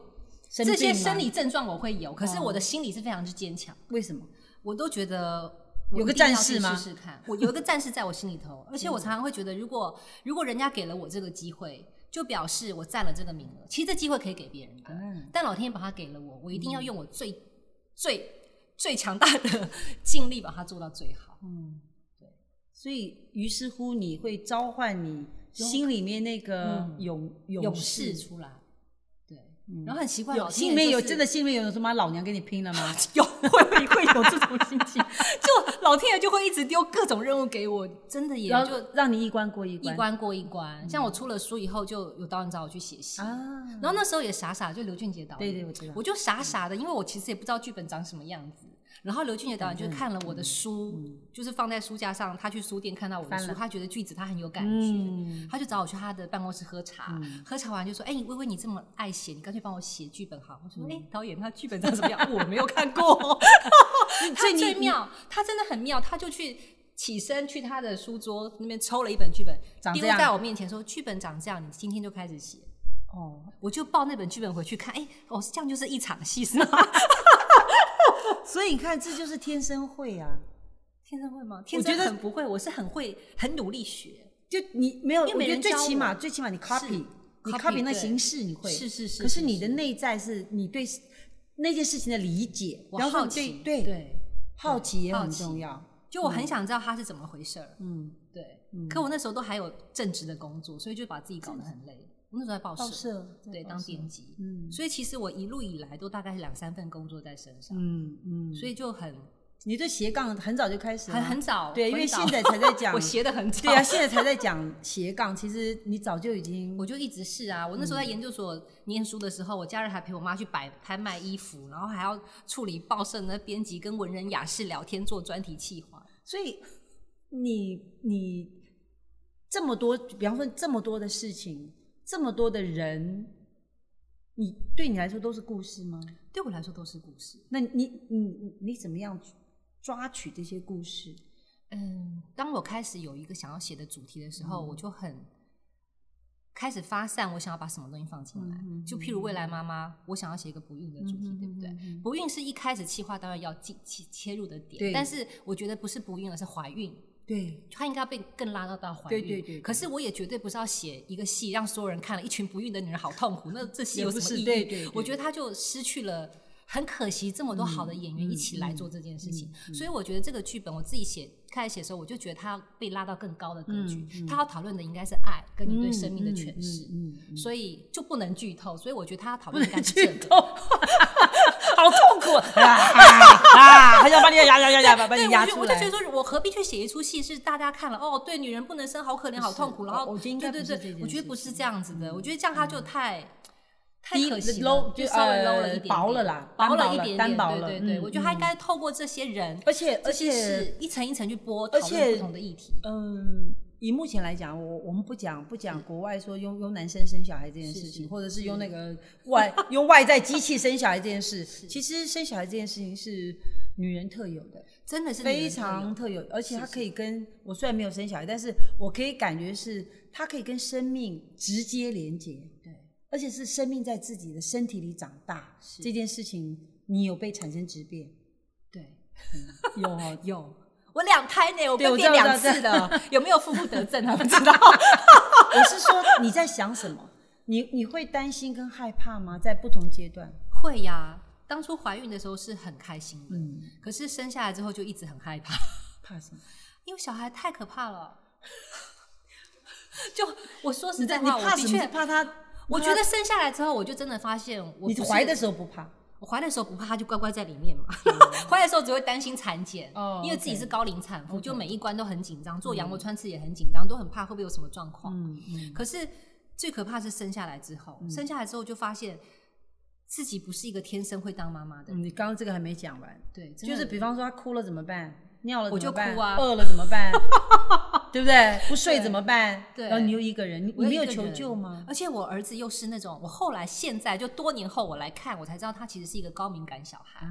这些生理症状我会有，可是我的心理是非常之坚强。 为什么？ 我都觉得有个战士吗？ 试试看，我有一个战士在我心里头，而且我常常会觉得，如果如果人家给了我这个机会，就表示我占了这个名额。其实这机会可以给别人的，嗯、但老天爷把它给了我，我一定要用我最、嗯、最最强大的尽力把它做到最好。嗯，对。 所以于是乎，你会召唤你心里面那个勇、 嗯、勇士出来。 嗯、 然后很奇怪， 有心里面有真的心里面有什么老娘跟你拼了吗？ 有会会有这种心情，就老天爷就会一直丢各种任务给我，真的也就让你一关过一关， 一关过一关。嗯、像我出了书以后，就有导演找我去写戏、啊，然后那时候也傻傻，就刘俊杰导演， 对对我知道， 我就傻傻的，因为我其实也不知道剧本长什么样子。然后刘俊杰导演就看了我的书、嗯，就是放在书架上，他去书店看到我的书，他觉得句子他很有感觉、嗯，他就找我去他的办公室喝茶，嗯、喝茶完就说：“哎、欸，薇薇你这么爱写，你干脆帮我写剧本好。”我说：“哎、嗯欸，导演，他剧本长什么样？我没有看过。”他最妙，他真的很妙，他就去起身去他的书桌那边抽了一本剧本，丢在我面前说：“剧本长这样，你今天就开始写。”哦，我就抱那本剧本回去看，哎、欸，哦，这样就是一场戏是吗？ 所以你看，这就是天生会啊！ 天生会吗？天生很不会，我是很会，很努力学。 就你没有，我觉得最起码，最起码你 copy， 你 copy 那形式你会， 是是是。 可是你的内在是你对那件事情的理解， 我好奇， 对对，好奇也很重要。 就我很想知道它是怎么回事儿。嗯，对。可我那时候都还有正职的工作，所以就把自己搞得很累。我那时候在报社， 报社对，当编辑，嗯，所以其实我一路以来都大概是两三份工作在身上，嗯嗯，所以就很， 你对斜杠很早就开始了， 很很早， 对，因为现在才在讲， 我斜得很早， 对啊，现在才在讲斜杠，其实你早就已经， 我就一直是啊，我那时候在研究所念书的时候，我假日还陪我妈去摆摊卖衣服，然后还要处理报社的编辑跟文人雅士聊天，做专题企划， 所以你你这么多，比方说这么多的事情。这么多的人，你对你来说都是故事吗？ 对我来说都是故事。 那你你你怎么样抓取这些故事？ 嗯，当我开始有一个想要写的主题的时候，嗯、我就很开始发散，我想要把什么东西放进来。嗯、就譬如未来妈妈，我想要写一个不孕的主题，嗯、对不对？嗯、不孕是一开始企划当然要切切入的点，但是我觉得不是不孕，而是怀孕。 对， 他应该被更拉到到怀孕。 对对 对, 对。 可是我也绝对不是要写一个戏，让所有人看了一群不孕的女人好痛苦。那这戏有什么意义？ 对 对, 对, 对。 我觉得他就失去了，很可惜，这么多好的演员一起来做这件事情。嗯嗯嗯、所以我觉得这个剧本我自己写开始写的时候，我就觉得他被拉到更高的格局。嗯嗯、他要讨论的应该是爱跟你对生命的诠释，嗯嗯嗯嗯、所以就不能剧透。所以我觉得他要讨论应该是这个。 好痛苦啊！还想把你压压压压把你压出来。 我就觉得说，我何必去写一出戏是大家看了哦，对，女人不能生，好可怜，好痛苦。然后我觉得应该不是这件事情， 我觉得不是这样子的。我觉得这样他就太太可惜了， 就稍微 low 了一点， 薄了啦， 薄了一点点， 单薄了。 对对对，我觉得他应该透过这些人， 而且而且是一层一层去播，讨论不同的议题。 嗯。以目前来讲，我我们不讲不讲国外说用用男生生小孩这件事情，或者是用那个外用外在机器生小孩这件事，其实生小孩这件事情是女人特有的， 真的是非常特有，而且它可以跟我虽然没有生小孩，但是我可以感觉是它可以跟生命直接连接，对，而且是生命在自己的身体里长大这件事情，你有被产生质变？ 对， 嗯、有哦有。我两胎呢，我被变两次的，有没有负负得正还不知道。 我是说你在想什么？你你会担心跟害怕吗？在不同阶段会呀。当初怀孕的时候是很开心的，嗯，可是生下来之后就一直很害怕。 怕什么？ 因为小孩太可怕了。就我说实在话， 你怕什么？怕他？ 我觉得生下来之后，我就真的发现我， 你怀的时候不怕。 我怀的时候不怕，他就乖乖在里面嘛。怀的时候只会担心产检，哦、因为自己是高龄产妇， okay. 就每一关都很紧张，做羊膜穿刺也很紧张，都很怕会不会有什么状况。嗯嗯、可是最可怕是生下来之后，嗯、生下来之后就发现自己不是一个天生会当妈妈的人。 嗯、你刚刚这个还没讲完， 对， 就是比方说他哭了怎么办？尿了怎么办？ 我就哭啊， 饿了怎么办？对不对？不睡怎么办？对，然后你又一个人，你没有求救吗？ 而且我儿子又是那种，我后来现在就多年后我来看，我才知道他其实是一个高敏感小孩。啊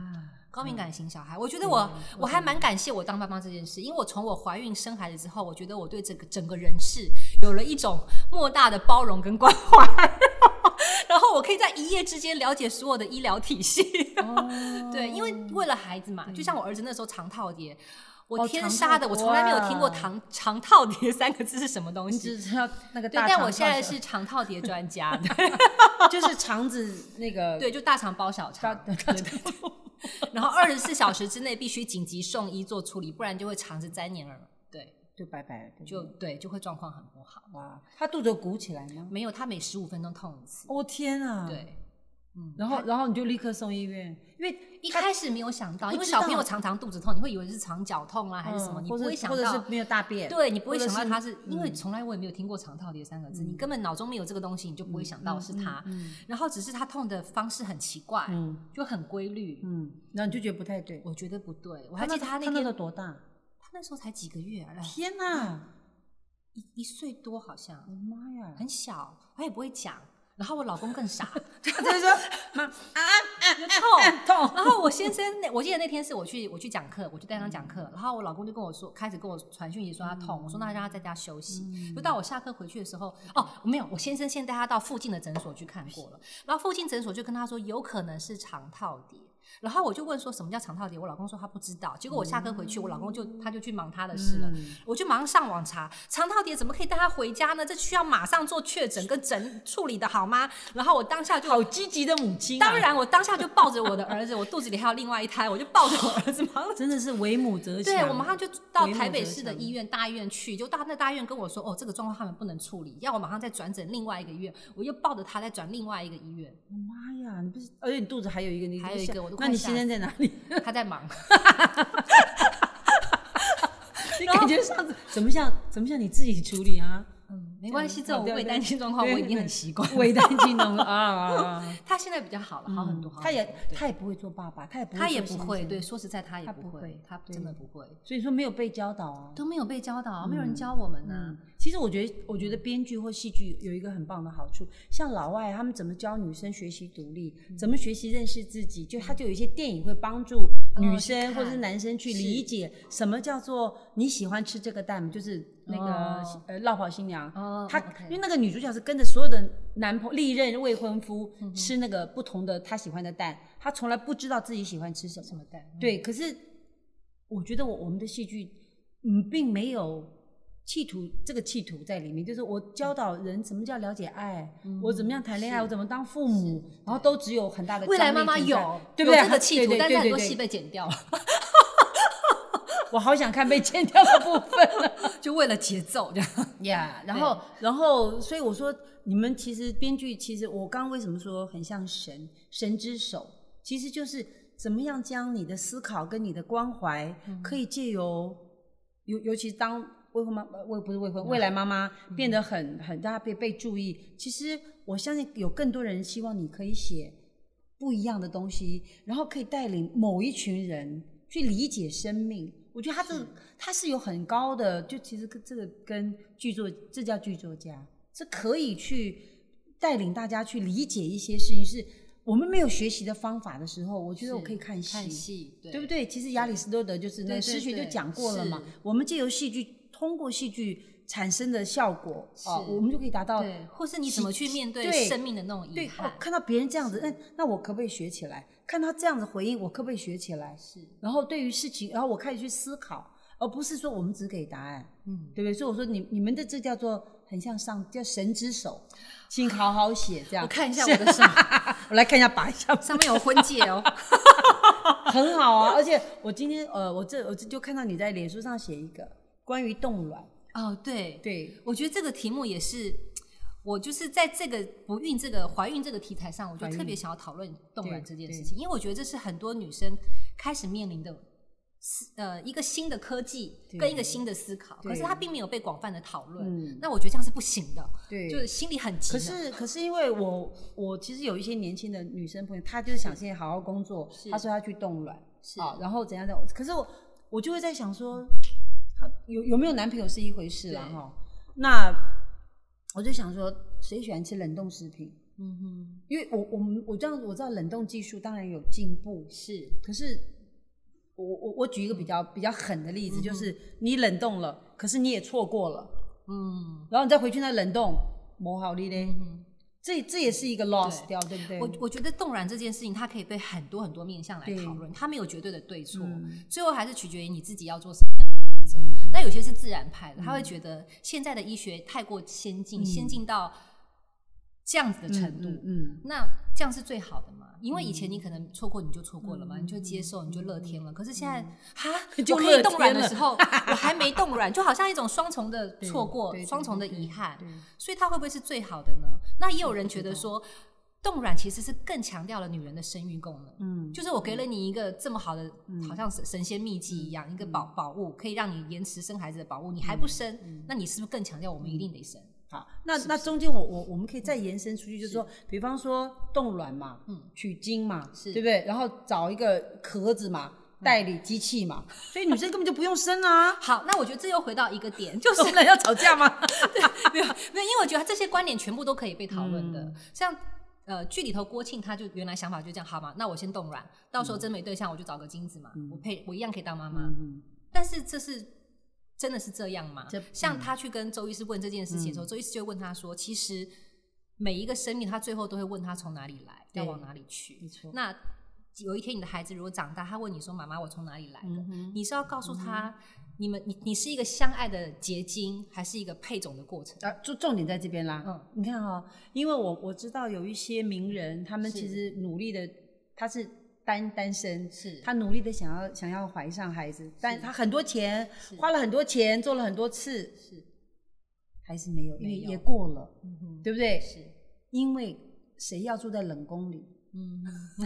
高敏感型小孩，我觉得我、嗯、我还蛮感谢我当妈妈这件事，因为我从我怀孕生孩子之后，我觉得我对这个整个人世有了一种莫大的包容跟关怀，然后我可以在一夜之间了解所有的医疗体系。哦、对，因为为了孩子嘛，就像我儿子那时候肠套叠。我天杀的，哦、我从来没有听过肠肠套叠三个字是什么东西， 你只知道那个大肠。对，但我现在是肠套叠专家， 就是肠子那个， 对，就大肠包小肠，对对对。然后二十四小时之内必须紧急送医做处理，不然就会肠子粘连了，对， 就拜拜了， 就对，就会状况很不好。 哇，他肚子有鼓起来吗？ 没有，他每十五分钟痛一次。 哦天啊！ 对。嗯、 然后，然后你就立刻送医院，因为一开始没有想到，因为小朋友常常肚子痛，你会以为是肠绞痛啊，还是什么，嗯、你不会想到， 或者是没有大便， 对你不会想到它是，是因为从来我也没有听过肠套叠三个字，嗯、你根本脑中没有这个东西，你就不会想到是它。嗯嗯嗯、然后只是它痛的方式很奇怪，嗯、就很规律， 嗯，然后你就觉得不太对， 我觉得不对。我还记得他那天他那个多大？ 他那时候才几个月啊！ 天哪， 一一岁多好像， 我的妈呀， 很小，他也不会讲。然后我老公更傻， 就是说妈啊啊痛痛。然后我先生，我记得那天是我去我去讲课，我去带他讲课，然后我老公就跟我说，开始跟我传讯息说他痛，我说那让他在家休息。嗯、就到我下课回去的时候，哦，没有，我先生先带他到附近的诊所去看过了，然后附近诊所就跟他说有可能是肠套叠。然后我就问说什么叫肠套叠，我老公说他不知道。结果我下课回去，我老公就他就去忙他的事了，嗯、我就马上上网查肠套叠怎么可以带他回家呢？这需要马上做确诊跟诊处理的好吗？然后我当下就好积极的母亲、 啊，当然我当下就抱着我的儿子，我肚子里还有另外一胎，我就抱着我儿子，马上真的是为母则强。 对，我马上就到台北市的医院大医院去，就到那大医院跟我说，哦，这个状况他们不能处理，要我马上再转诊另外一个医院，我又抱着他再转另外一个医院。 我妈呀，你不是，而且你肚子还有一个，你还有一个，我都那你先生在哪里？ 他在忙。 你感觉上次怎么像怎么像你自己处理啊？ 嗯，没关系，这种伪单亲状况我已经很习惯。 伪单亲状况啊， 他现在比较好了，好很多。 他也他也不会做爸爸，他也不会， 他也不会。对，说实在，他也不会，他真的不会。 所以说没有被教导啊， 都没有被教导，没有人教我们呢。 其实我觉得，我觉得编剧或戏剧有一个很棒的好处，像老外他们怎么教女生学习独立，怎么学习认识自己，就他就有一些电影会帮助女生或者是男生去理解什么叫做你喜欢吃这个蛋，就是那个、哦、呃落跑新娘，哦、她、okay. 因为那个女主角是跟着所有的男朋历任未婚夫吃那个不同的她喜欢的蛋，她从来不知道自己喜欢吃什么什么蛋。嗯、 对，可是我觉得我我们的戏剧嗯并没有企图这个企图在里面，就是我教导人什么叫了解爱，嗯、我怎么样谈恋爱，我怎么当父母，然后都只有很大的未来妈妈有对不对？ 有这个企图，但是很多戏被剪掉了。 我好想看被剪掉的部分就为了节奏这样呀。Yeah, 然后，然后，所以我说，你们其实编剧，其实我刚刚为什么说很像神，神之手，其实就是怎么样将你的思考跟你的关怀，嗯、可以借由尤尤其当未婚妈未不是未婚未来妈妈变得很很大家被被注意。其实我相信有更多人希望你可以写不一样的东西，然后可以带领某一群人去理解生命。我觉得他这个他是有很高的，就其实这个跟剧作，这叫剧作家，是可以去带领大家去理解一些事情。是我们没有学习的方法的时候，我觉得我可以看戏， 看戏 对, 对不对？其实亚里士多德就是那诗学就讲过了嘛。我们借由戏剧，通过戏剧产生的效果，哦，我们就可以达到。 对，或是你怎么去面对生命的那种遗憾。 对，哦，看到别人这样子，那那我可不可以学起来？看他这样子回应，我可不可以学起来？ 是。然后对于事情，然后我开始去思考，而不是说我们只给答案，嗯，对不对？所以我说你你们的这叫做很像上叫神之手，请好好写这样。 我看一下我的手， 我来看一下，拔一下， 上面有婚戒哦， 很好啊。而且我今天呃，我这我这就看到你在脸书上写一个关于冻卵。 哦，对对， 我觉得这个题目也是。我就是在这个不孕、这个怀孕这个题材上，我就特别想要讨论冻卵这件事情，因为我觉得这是很多女生开始面临的，呃，一个新的科技跟一个新的思考，可是它并没有被广泛的讨论。嗯、那我觉得这样是不行的， 对， 就是心里很急。 可是，可是因为我我其实有一些年轻的女生朋友，她就是想现在好好工作，她说她去冻卵，是啊，然后怎样的？可是我我就会在想说，她有有没有男朋友是一回事啦哈，那。我就想说，谁喜欢吃冷冻食品？嗯哼，因为我我们我这样我知道冷冻技术当然有进步， 是， 可是我我我举一个比较比较狠的例子， 嗯、 就是你冷冻了，可是你也错过了， 嗯， 然后你再回去那冷冻，没好力嘞。 嗯这这也是一个 loss 掉，对不对？ 我我觉得冻卵这件事情，它可以被很多很多面向来讨论，它没有绝对的对错， 嗯、 最后还是取决于你自己要做什么样的选择。嗯、那有些是自然派的，他会觉得现在的医学太过先进，嗯、先进到这样子的程度，嗯，嗯嗯那这样是最好的嘛？因为以前你可能错过你就错过了嘛，嗯、你就接受，你就乐天了。可是现在，哈、嗯，我可以冻卵的时候，我还没冻卵，就好像一种双重的错过，双重的遗憾。所以它会不会是最好的呢？那也有人觉得说，冻卵其实是更强调了女人的生育功能。嗯，就是我给了你一个这么好的，嗯、好像神仙秘籍一样，嗯、一个宝宝物，可以让你延迟生孩子的宝物，你还不生，嗯、那你是不是更强调我们一定得生？ 好，那是是那中间我我我们可以再延伸出去，就是说，是比方说冻卵嘛，嗯，取精嘛，是对不对？然后找一个壳子嘛，代理机器嘛，嗯、所以女生根本就不用生啊。 好，那我觉得这又回到一个点，就是冻卵要吵架吗？ 没有没有，因为我觉得这些观点全部都可以被讨论的。嗯、像呃剧里头郭庆他就原来想法就这样，好嘛，那我先冻卵，到时候真没对象我就找个精子嘛，嗯、我配我一样可以当妈妈。嗯、但是这是。真的是这样吗？像他去跟周医师问这件事情的时候，嗯、周医师就问他说：“其实每一个生命，他最后都会问他从哪里来，要往哪里去。没错。那有一天你的孩子如果长大，他问你说：‘妈妈，我从哪里来的？’嗯、你是要告诉他，嗯、你们你你是一个相爱的结晶，还是一个配种的过程？ 啊，就重点在这边啦。嗯，你看哈、哦，因为我我知道有一些名人，他们其实努力的，他是。单单身，是他努力的想要想要怀上孩子，但他很多钱花了很多钱做了很多次，是还是没有，因为也过了，嗯、对不对？是因为谁要住在冷宫里？嗯，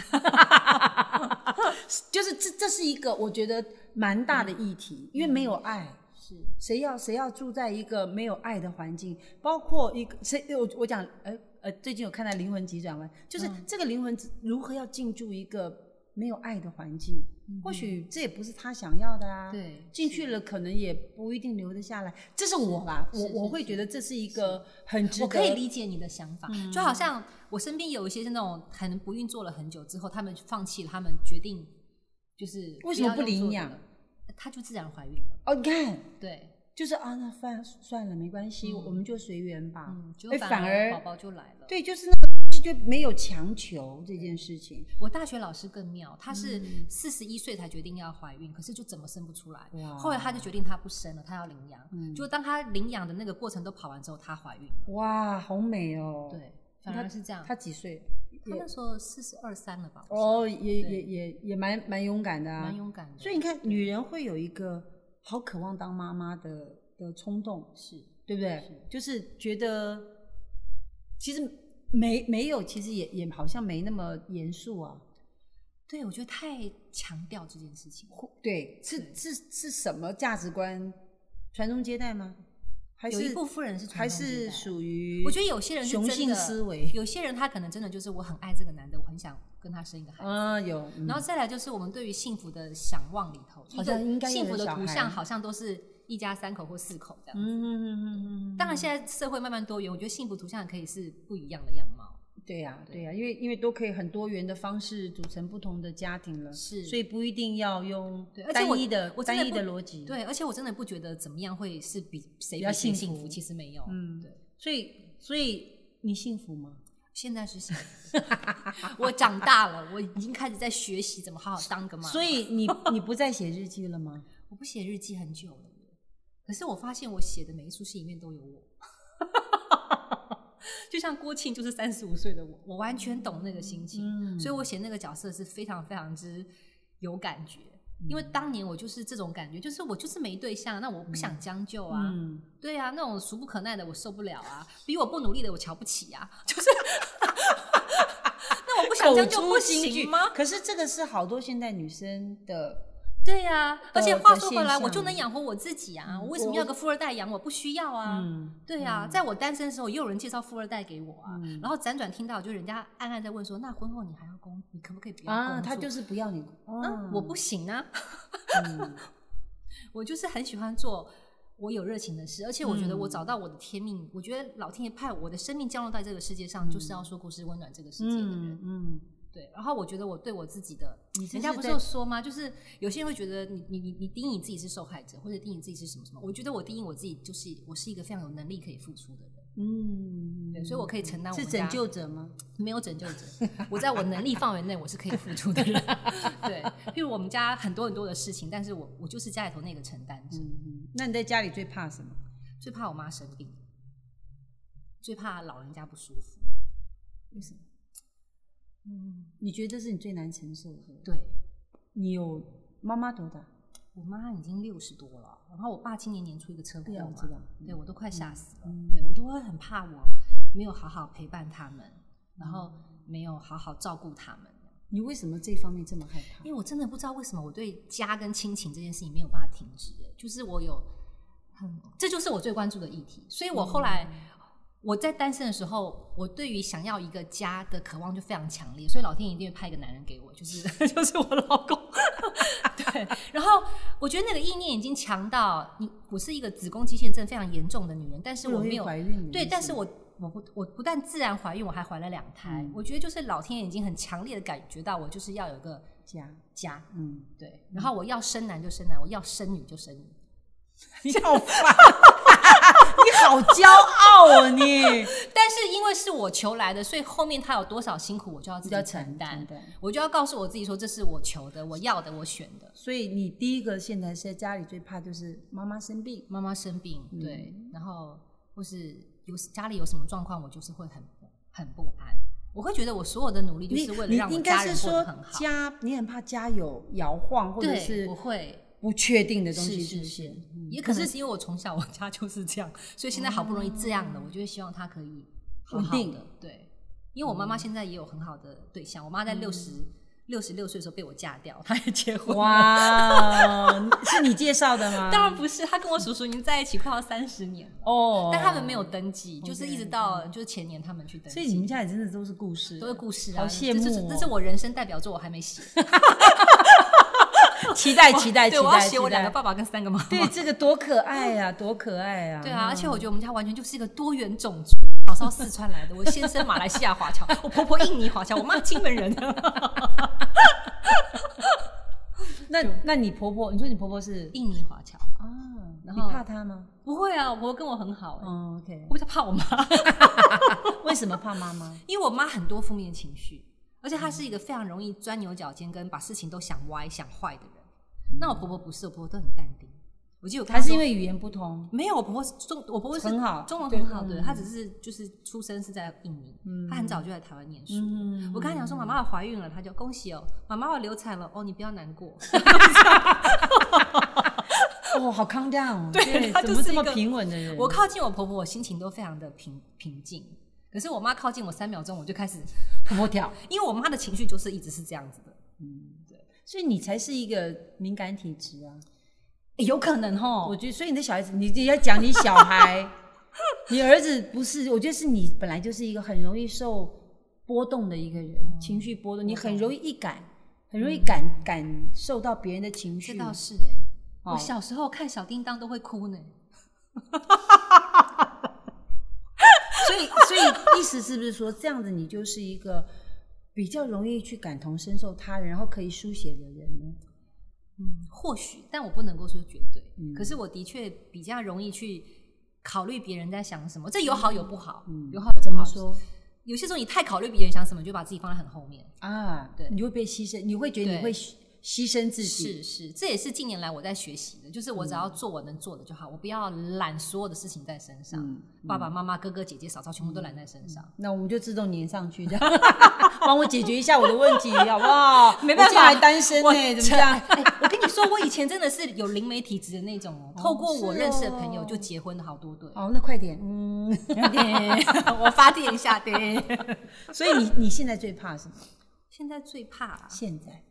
就是这这是一个我觉得蛮大的议题，嗯、因为没有爱，是谁要谁要住在一个没有爱的环境，包括一个谁我我讲呃呃最近有看到灵魂急转弯，就是这个灵魂如何要进驻一个。没有爱的环境，嗯、或许这也不是他想要的啊。对，进去了可能也不一定留得下来。这是我啦，我我会觉得这是一个很值得。 我可以理解你的想法，嗯、就好像我身边有一些是那种可能不孕做了很久之后，他们放弃了，他们决定就是为什么不领养？ 他就自然怀孕了。 哦，你看， 对， 就是啊，那算算了，没关系，嗯、我们就随缘吧。 嗯，就反而宝宝就来了。 对，就是那。就没有强求这件事情。 我大学老师更妙，他是四十一岁才决定要怀孕，可是就怎么生不出来。后来他就决定他不生了，他要领养。嗯、就当他领养的那个过程都跑完之后，他怀孕。 哇，好美哦！ 对，反而是这样。 他几岁？ 他那时候四十二三了吧？ 哦，也也也也蛮蛮勇敢的啊， 蛮勇敢的。 所以你看，女人会有一个好渴望当妈妈的的冲动，是对不对？是就是觉得其实。没没有，其实也也好像没那么严肃啊。 对，我觉得太强调这件事情。 对，是是是什么价值观？传宗接代吗？还是有一部分人是传宗接代， 还是属于？ 我觉得有些人是雄性思维， 有些人他可能真的就是我很爱这个男的，我很想跟他生一个孩子。 啊，有。嗯、 然后再来就是我们对于幸福的想望里头， 好像应该幸福的图像好像都是一家三口或四口这样子。嗯嗯嗯嗯。当然，现在社会慢慢多元，我觉得幸福图像可以是不一样的样貌。 对呀、啊，对呀、啊，因为因为都可以很多元的方式组成不同的家庭了，是，所以不一定要用单一的我单一的逻辑。 对，而且我真的不觉得怎么样会是比谁比谁幸福，其实没有。嗯，对， 所以所以你幸福吗？ 现在是幸福，我长大了，我已经开始在学习怎么好好当个妈妈。 所以你你不再写日记了吗？ 我不写日记很久了，可是我发现我写的每一出戏里面都有我。就像郭庆就是三十五岁的我，我完全懂那个心情，嗯、所以我写那个角色是非常非常之有感觉。嗯、因为当年我就是这种感觉，就是我就是没对象，那我不想将就啊，嗯、对啊，那种俗不可耐的我受不了啊，比我不努力的我瞧不起啊，就是那我不想将就不行吗？ 可是这个是好多现代女生的。 对呀、啊，而且话说回来，我就能养活我自己啊！我为什么要个富二代养我？不需要啊！嗯、对呀、啊，嗯、在我单身的时候，也有人介绍富二代给我啊。嗯、然后辗转听到，就人家暗暗在问说：“那婚后你还要工？你可不可以不要工作？” 啊，他就是不要你。 啊，啊我不行啊！嗯、我就是很喜欢做我有热情的事，而且我觉得我找到我的天命。嗯、我觉得老天爷派我的生命降落在这个世界上，嗯、就是要说故事、温暖这个世界的人。嗯。嗯对，然后我觉得我对我自己的， 人人家不是有说吗？就是有些人会觉得你你你你定义你自己是受害者，或者定义自己是什么什么。我觉得我定义我自己就是我是一个非常有能力可以付出的人。嗯，对，所以我可以承担我们家。 是拯救者吗？ 没有拯救者，我在我能力范围内我是可以付出的人。对，譬如我们家很多很多的事情，但是我我就是家里头那个承担者。 嗯，那你在家里最怕什么？ 最怕我妈生病，最怕老人家不舒服。 为什么？嗯，你觉得这是你最难承受的？ 对， 你有妈妈多大？ 我妈已经六十多了，然后我爸今年年初一个车祸嘛， 我知道， 对我都快吓死了， 嗯、 对我都会很怕我没有好好陪伴他们，然后没有好好照顾他们。 你为什么这方面这么害怕？ 因为我真的不知道为什么我对家跟亲情这件事情没有办法停止，就是我有很，这就是我最关注的议题，所以我后来。嗯我在单身的时候，我对于想要一个家的渴望就非常强烈，所以老天爷一定会派一个男人给我，就是就是我老公。对，然后我觉得那个意念已经强到你，我是一个子宫肌腺症非常严重的女人，但是我没有怀孕， 对，但是我我不我不但自然怀孕，我还怀了两胎。嗯、我觉得就是老天爷已经很强烈的感觉到我就是要有一个家家， 嗯， 对。然后我要生男就生男，我要生女就生女。 你好烦。你好骄傲哦你但是因为是我求来的，所以后面他有多少辛苦我就要自己承担，我就要告诉我自己说这是我求的，我要的，我选的。 所以你第一个现在是在家里最怕就是妈妈生病， 妈妈生病、嗯、对，然后或是有家里有什么状况，我就是会很很不安，我会觉得我所有的努力就是为了让我家人过得很好。 你应该是说家，你很怕家有摇晃，或者是我会不确定的东西出现， 是是是嗯、也可能是因为我从小我家就是这样，所以现在好不容易这样的，嗯、我就会希望他可以稳定的。对，因为我妈妈现在也有很好的对象，我妈在六十六十六岁的时候被我嫁掉，她也结婚了。 哇，是你介绍的吗？ 当然不是，她跟我叔叔已经在一起快要三十年了哦，但他们没有登记，就是一直到就是前年他们去登记。 所以你们家也真的都是故事， 都是故事啊， 好羡慕哦！ 这是这是我人生代表作，我还没写。 期待期待期待！ 对，我要写我两个爸爸跟三个妈妈。 对，这个多可爱啊，多可爱啊！ 对啊，而且我觉得我们家完全就是一个多元种族，嫂嫂四川来的，我先生马来西亚华侨，我婆婆印尼华侨，我妈金门人。 那那你婆婆，你说你婆婆是印尼华侨啊？然后你怕她吗？ 不会啊，我婆婆跟我很好哎、欸。 哦 ，OK。 我比较怕我妈。 为什么怕妈妈？ 因为我妈很多负面情绪。而且她是一个非常容易钻牛角尖跟把事情都想歪想坏的人、嗯、那我婆婆不是，我婆婆都很淡定。我记得她是因为语言不通， 没有，我婆婆是中，我婆婆是很好， 中文很好的，她只是就是出生是在印尼，嗯、她很早就在台湾念书。嗯、我跟她讲说妈妈我怀孕了，她就恭喜哦，妈妈我流产了哦，你不要难过。 哦，好 calm down， 对，她怎么这么平稳的人？ 我靠近我婆婆，我心情都非常的平平静。可是我妈靠近我三秒钟，我就开始婆婆跳， 因为我妈的情绪就是一直是这样子的。 嗯，对，所以你才是一个敏感体质啊， 欸、有可能齁。 我觉得，所以你的小孩子，你你要讲你小孩，你儿子不是，我觉得是你本来就是一个很容易受波动的一个人，嗯、情绪波动，你很容易易感，很容易感、嗯、感受到别人的情绪。 这倒是哎、欸，哦、我小时候看小叮当都会哭呢。 所以，所以意思是不是说，这样子你就是一个比较容易去感同身受他人，然后可以书写的人呢？ 嗯，或许，但我不能够说绝对。嗯、可是我的确比较容易去考虑别人在想什么，这有好有不好，嗯、有好有不好。 怎么说？ 有些时候你太考虑别人想什么，你就把自己放在很后面啊，对，你会被牺牲，你会觉得你会牺牲自己。 是是，这也是近年来我在学习的，就是我只要做我能做的就好，我不要揽所有的事情在身上。嗯嗯、爸爸妈妈、哥哥姐姐、嫂嫂全部都揽在身上， 嗯、那我们就自动粘上去，这样帮我解决一下我的问题，好不好？ 没办法， 我还单身呢、欸，怎么这样？ 欸、我跟你说，我以前真的是有灵媒体质的那种哦，透过我认识的朋友就结婚的好多对。 哦，那快点，嗯， 我发电一下，对。 所以你你现在最怕什么？ 现在最怕、啊、 现在。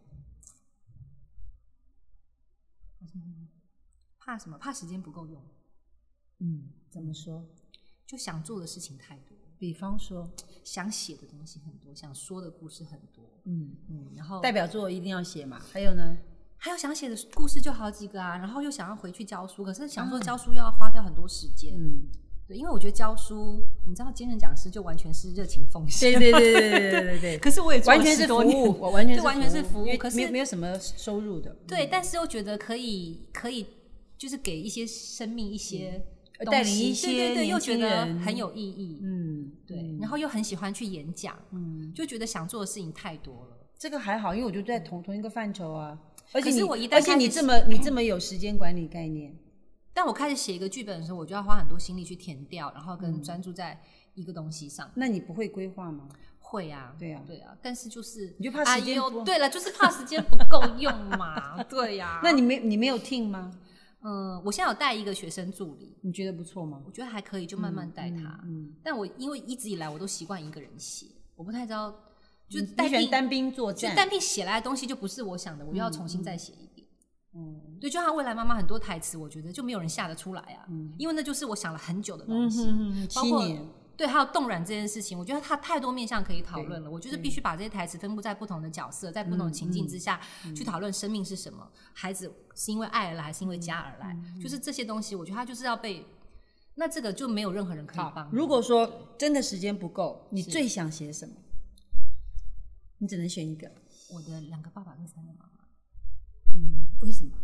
怕什么？怕时间不够用。 嗯，怎么说？ 就想做的事情太多。 比方说， 想写的东西很多，想说的故事很多。嗯嗯，然后代表作一定要写嘛。还有呢？ 还有想写的故事就好几个啊，然后又想要回去教书，可是想说教书又要花掉很多时间。嗯， 对，因为我觉得教书，你知道，兼任讲师就完全是热情奉献。 对对对对对对对对。 可是我也做了完全是服务，我完全是完全是服务，可是没有没有什么收入的。 对，但是又觉得可以可以，就是给一些生命一些东西， 带领一些对对对，又觉得年轻人很有意义。 嗯， 对，然后又很喜欢去演讲，嗯，就觉得想做的事情太多了。 这个还好，因为我就在同同一个范畴啊。而且你可是我一旦而且你这么你这么有时间管理概念。 但我开始写一个剧本的时候，我就要花很多心力去填掉，然后跟专注在一个东西上。 那你不会规划吗？ 会啊， 对啊， 对啊。但是就是你就怕时间不、 哎、对了，就是怕时间不够用嘛。对呀、啊。 那你没你没有听吗？ 嗯，我现在有带一个学生助理， 你觉得不错吗？ 我觉得还可以，就慢慢带他。嗯，嗯嗯但我因为一直以来我都习惯一个人写，我不太知道，就单兵单兵作战， 就单兵写来的东西就不是我想的，我就要重新再写一遍。嗯，对，就像未来妈妈很多台词，我觉得就没有人下得出来啊，嗯、因为那就是我想了很久的东西， 嗯、 包括七年对，还有冻卵这件事情，我觉得它太多面向可以讨论了。我就是必须把这些台词分布在不同的角色，在不同的情境之下、嗯嗯、去讨论生命是什么，孩子是因为爱而来，还是因为家而来，嗯、就是这些东西，我觉得它就是要被。那这个就没有任何人可以帮。 如果说真的时间不够，你最想写什么？你只能选一个。 我的两个爸爸跟三个妈妈。 嗯，为什么？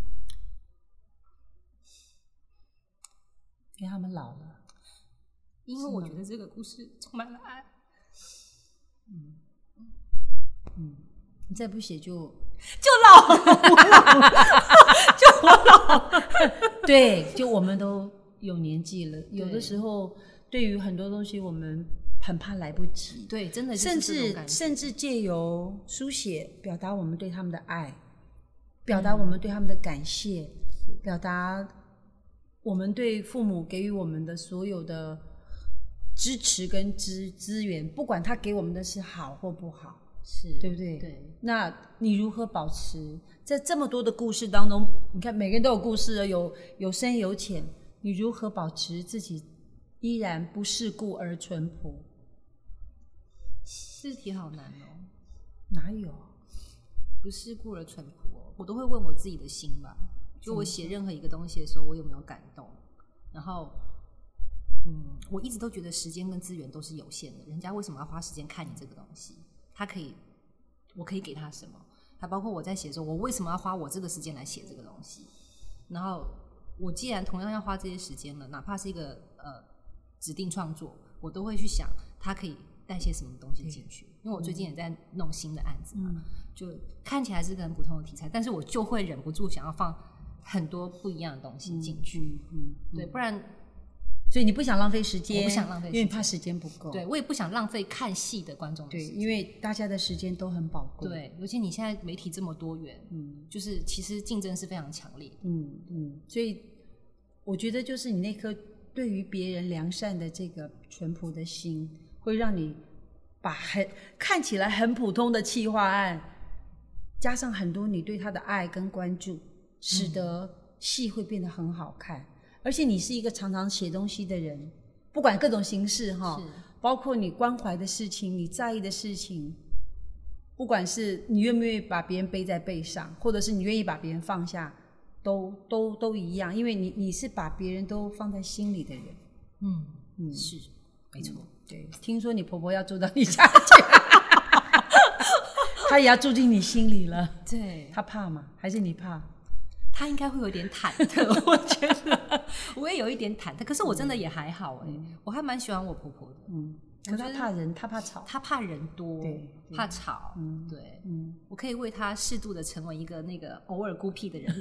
因为他们老了。 因为我觉得这个故事充满了爱。 嗯嗯，你再不写就就老了，我老了，就我老了。 对，就我们都有年纪了，有的时候对于很多东西我们很怕来不及。 对，真的就是甚这种感觉， 至甚至借由书写表达我们对他们的爱，表达我们对他们的感谢，嗯、表达我们对父母给予我们的所有的支持跟资资源，不管他给我们的是好或不好， 是对不对？ 对。 那你如何保持在这么多的故事当中？你看每个人都有故事，有有深有浅，你如何保持自己依然不世故而淳朴？ 这题好难哦。 哪有？ 不世故而淳朴哦，我都会问我自己的心吧。就我写任何一个东西的时候，我有没有感动？然后。嗯，我一直都觉得时间跟资源都是有限的，人家为什么要花时间看你这个东西？他可以，我可以给他什么？还包括我在写的时候，我为什么要花我这个时间来写这个东西？然后我既然同样要花这些时间了，哪怕是一个呃指定创作，我都会去想它可以带些什么东西进去。因为我最近也在弄新的案子嘛，嗯、就看起来是个很普通的题材，但是我就会忍不住想要放很多不一样的东西进去。嗯嗯嗯、对，不然。 所以你不想浪费时间， 我不想浪费时间， 因为怕时间不够。 对，我也不想浪费看戏的观众的时间。 对，因为大家的时间都很宝贵。 对，尤其你现在媒体这么多元，嗯，就是其实竞争是非常强烈的。 嗯嗯，所以我觉得就是你那颗对于别人良善的这个淳朴的心，会让你把很看起来很普通的企划案，加上很多你对他的爱跟关注，使得戏会变得很好看。而且你是一个常常写东西的人，不管各种形式哈，包括你关怀的事情，你在意的事情，不管是你愿不愿意把别人背在背上，或者是你愿意把别人放下，都都都一样，因为你你是把别人都放在心里的人。 嗯嗯，是没错、嗯。 对，听说你婆婆要住到你家去，她也要住进你心里了。 对， 她怕吗？还是你怕？ 他应该会有点忐忑，我觉得我也有一点忐忑，可是我真的也还好哎、欸嗯，我还蛮喜欢我婆婆的。 嗯，可是她怕人，她怕吵， 她怕人多， 对， 怕吵，嗯，对，嗯，我可以为她适度的成为一个那个偶尔孤僻的人。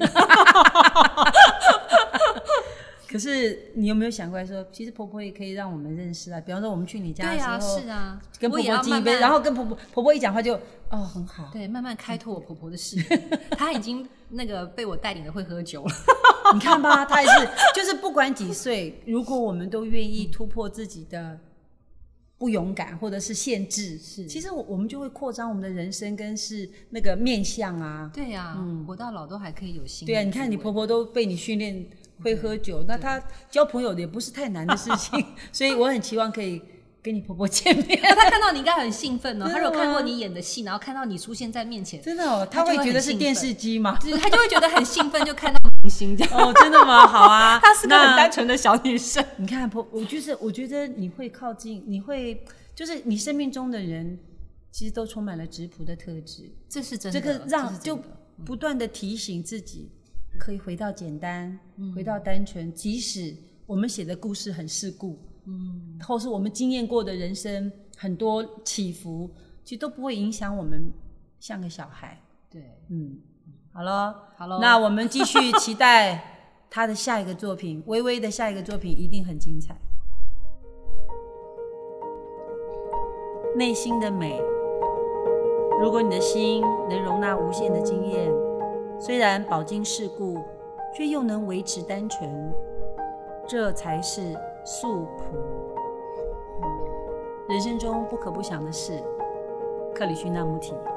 可是你有没有想过来说，其实婆婆也可以让我们认识啊？比方说我们去你家的时候， 对啊，是啊， 跟婆婆敬一杯，然后跟婆婆婆婆一讲话就哦很好， 对，慢慢开拓我婆婆的视野。她已经那个被我带领的会喝酒了， 你看吧，她也是，就是不管几岁，如果我们都愿意突破自己的不勇敢或者是限制，是，其实我们就会扩张我们的人生跟是那个面向啊。 对啊，嗯，活到老都还可以有新。 对啊，你看你婆婆都被你训练会喝酒，那她交朋友也不是太难的事情，所以我很期望可以跟你婆婆见面。 她看到你应该很兴奋哦，她如果看过你演的戏，然后看到你出现在面前， 真的哦，她会觉得是电视机吗？ 她就会觉得很兴奋，就看到心这样。 哦，真的吗？好啊， 她是个很那单纯的小女生。 你看，婆，我就是我觉得你会靠近，你会就是你生命中的人，其实都充满了质朴的特质。 这是真的， 这个让这就不断的提醒自己，可以回到简单，嗯、回到单纯，即使我们写的故事很世故，嗯，或是我们经验过的人生很多起伏，其实都不会影响我们像个小孩。 对， 嗯，好了， 好了， 那我们继续期待他的下一个作品，微微的下一个作品一定很精彩。内心的美，如果你的心能容纳无限的经验，虽然饱经世故，却又能维持单纯，这才是素朴。人生中不可不想的事，克里希那穆提。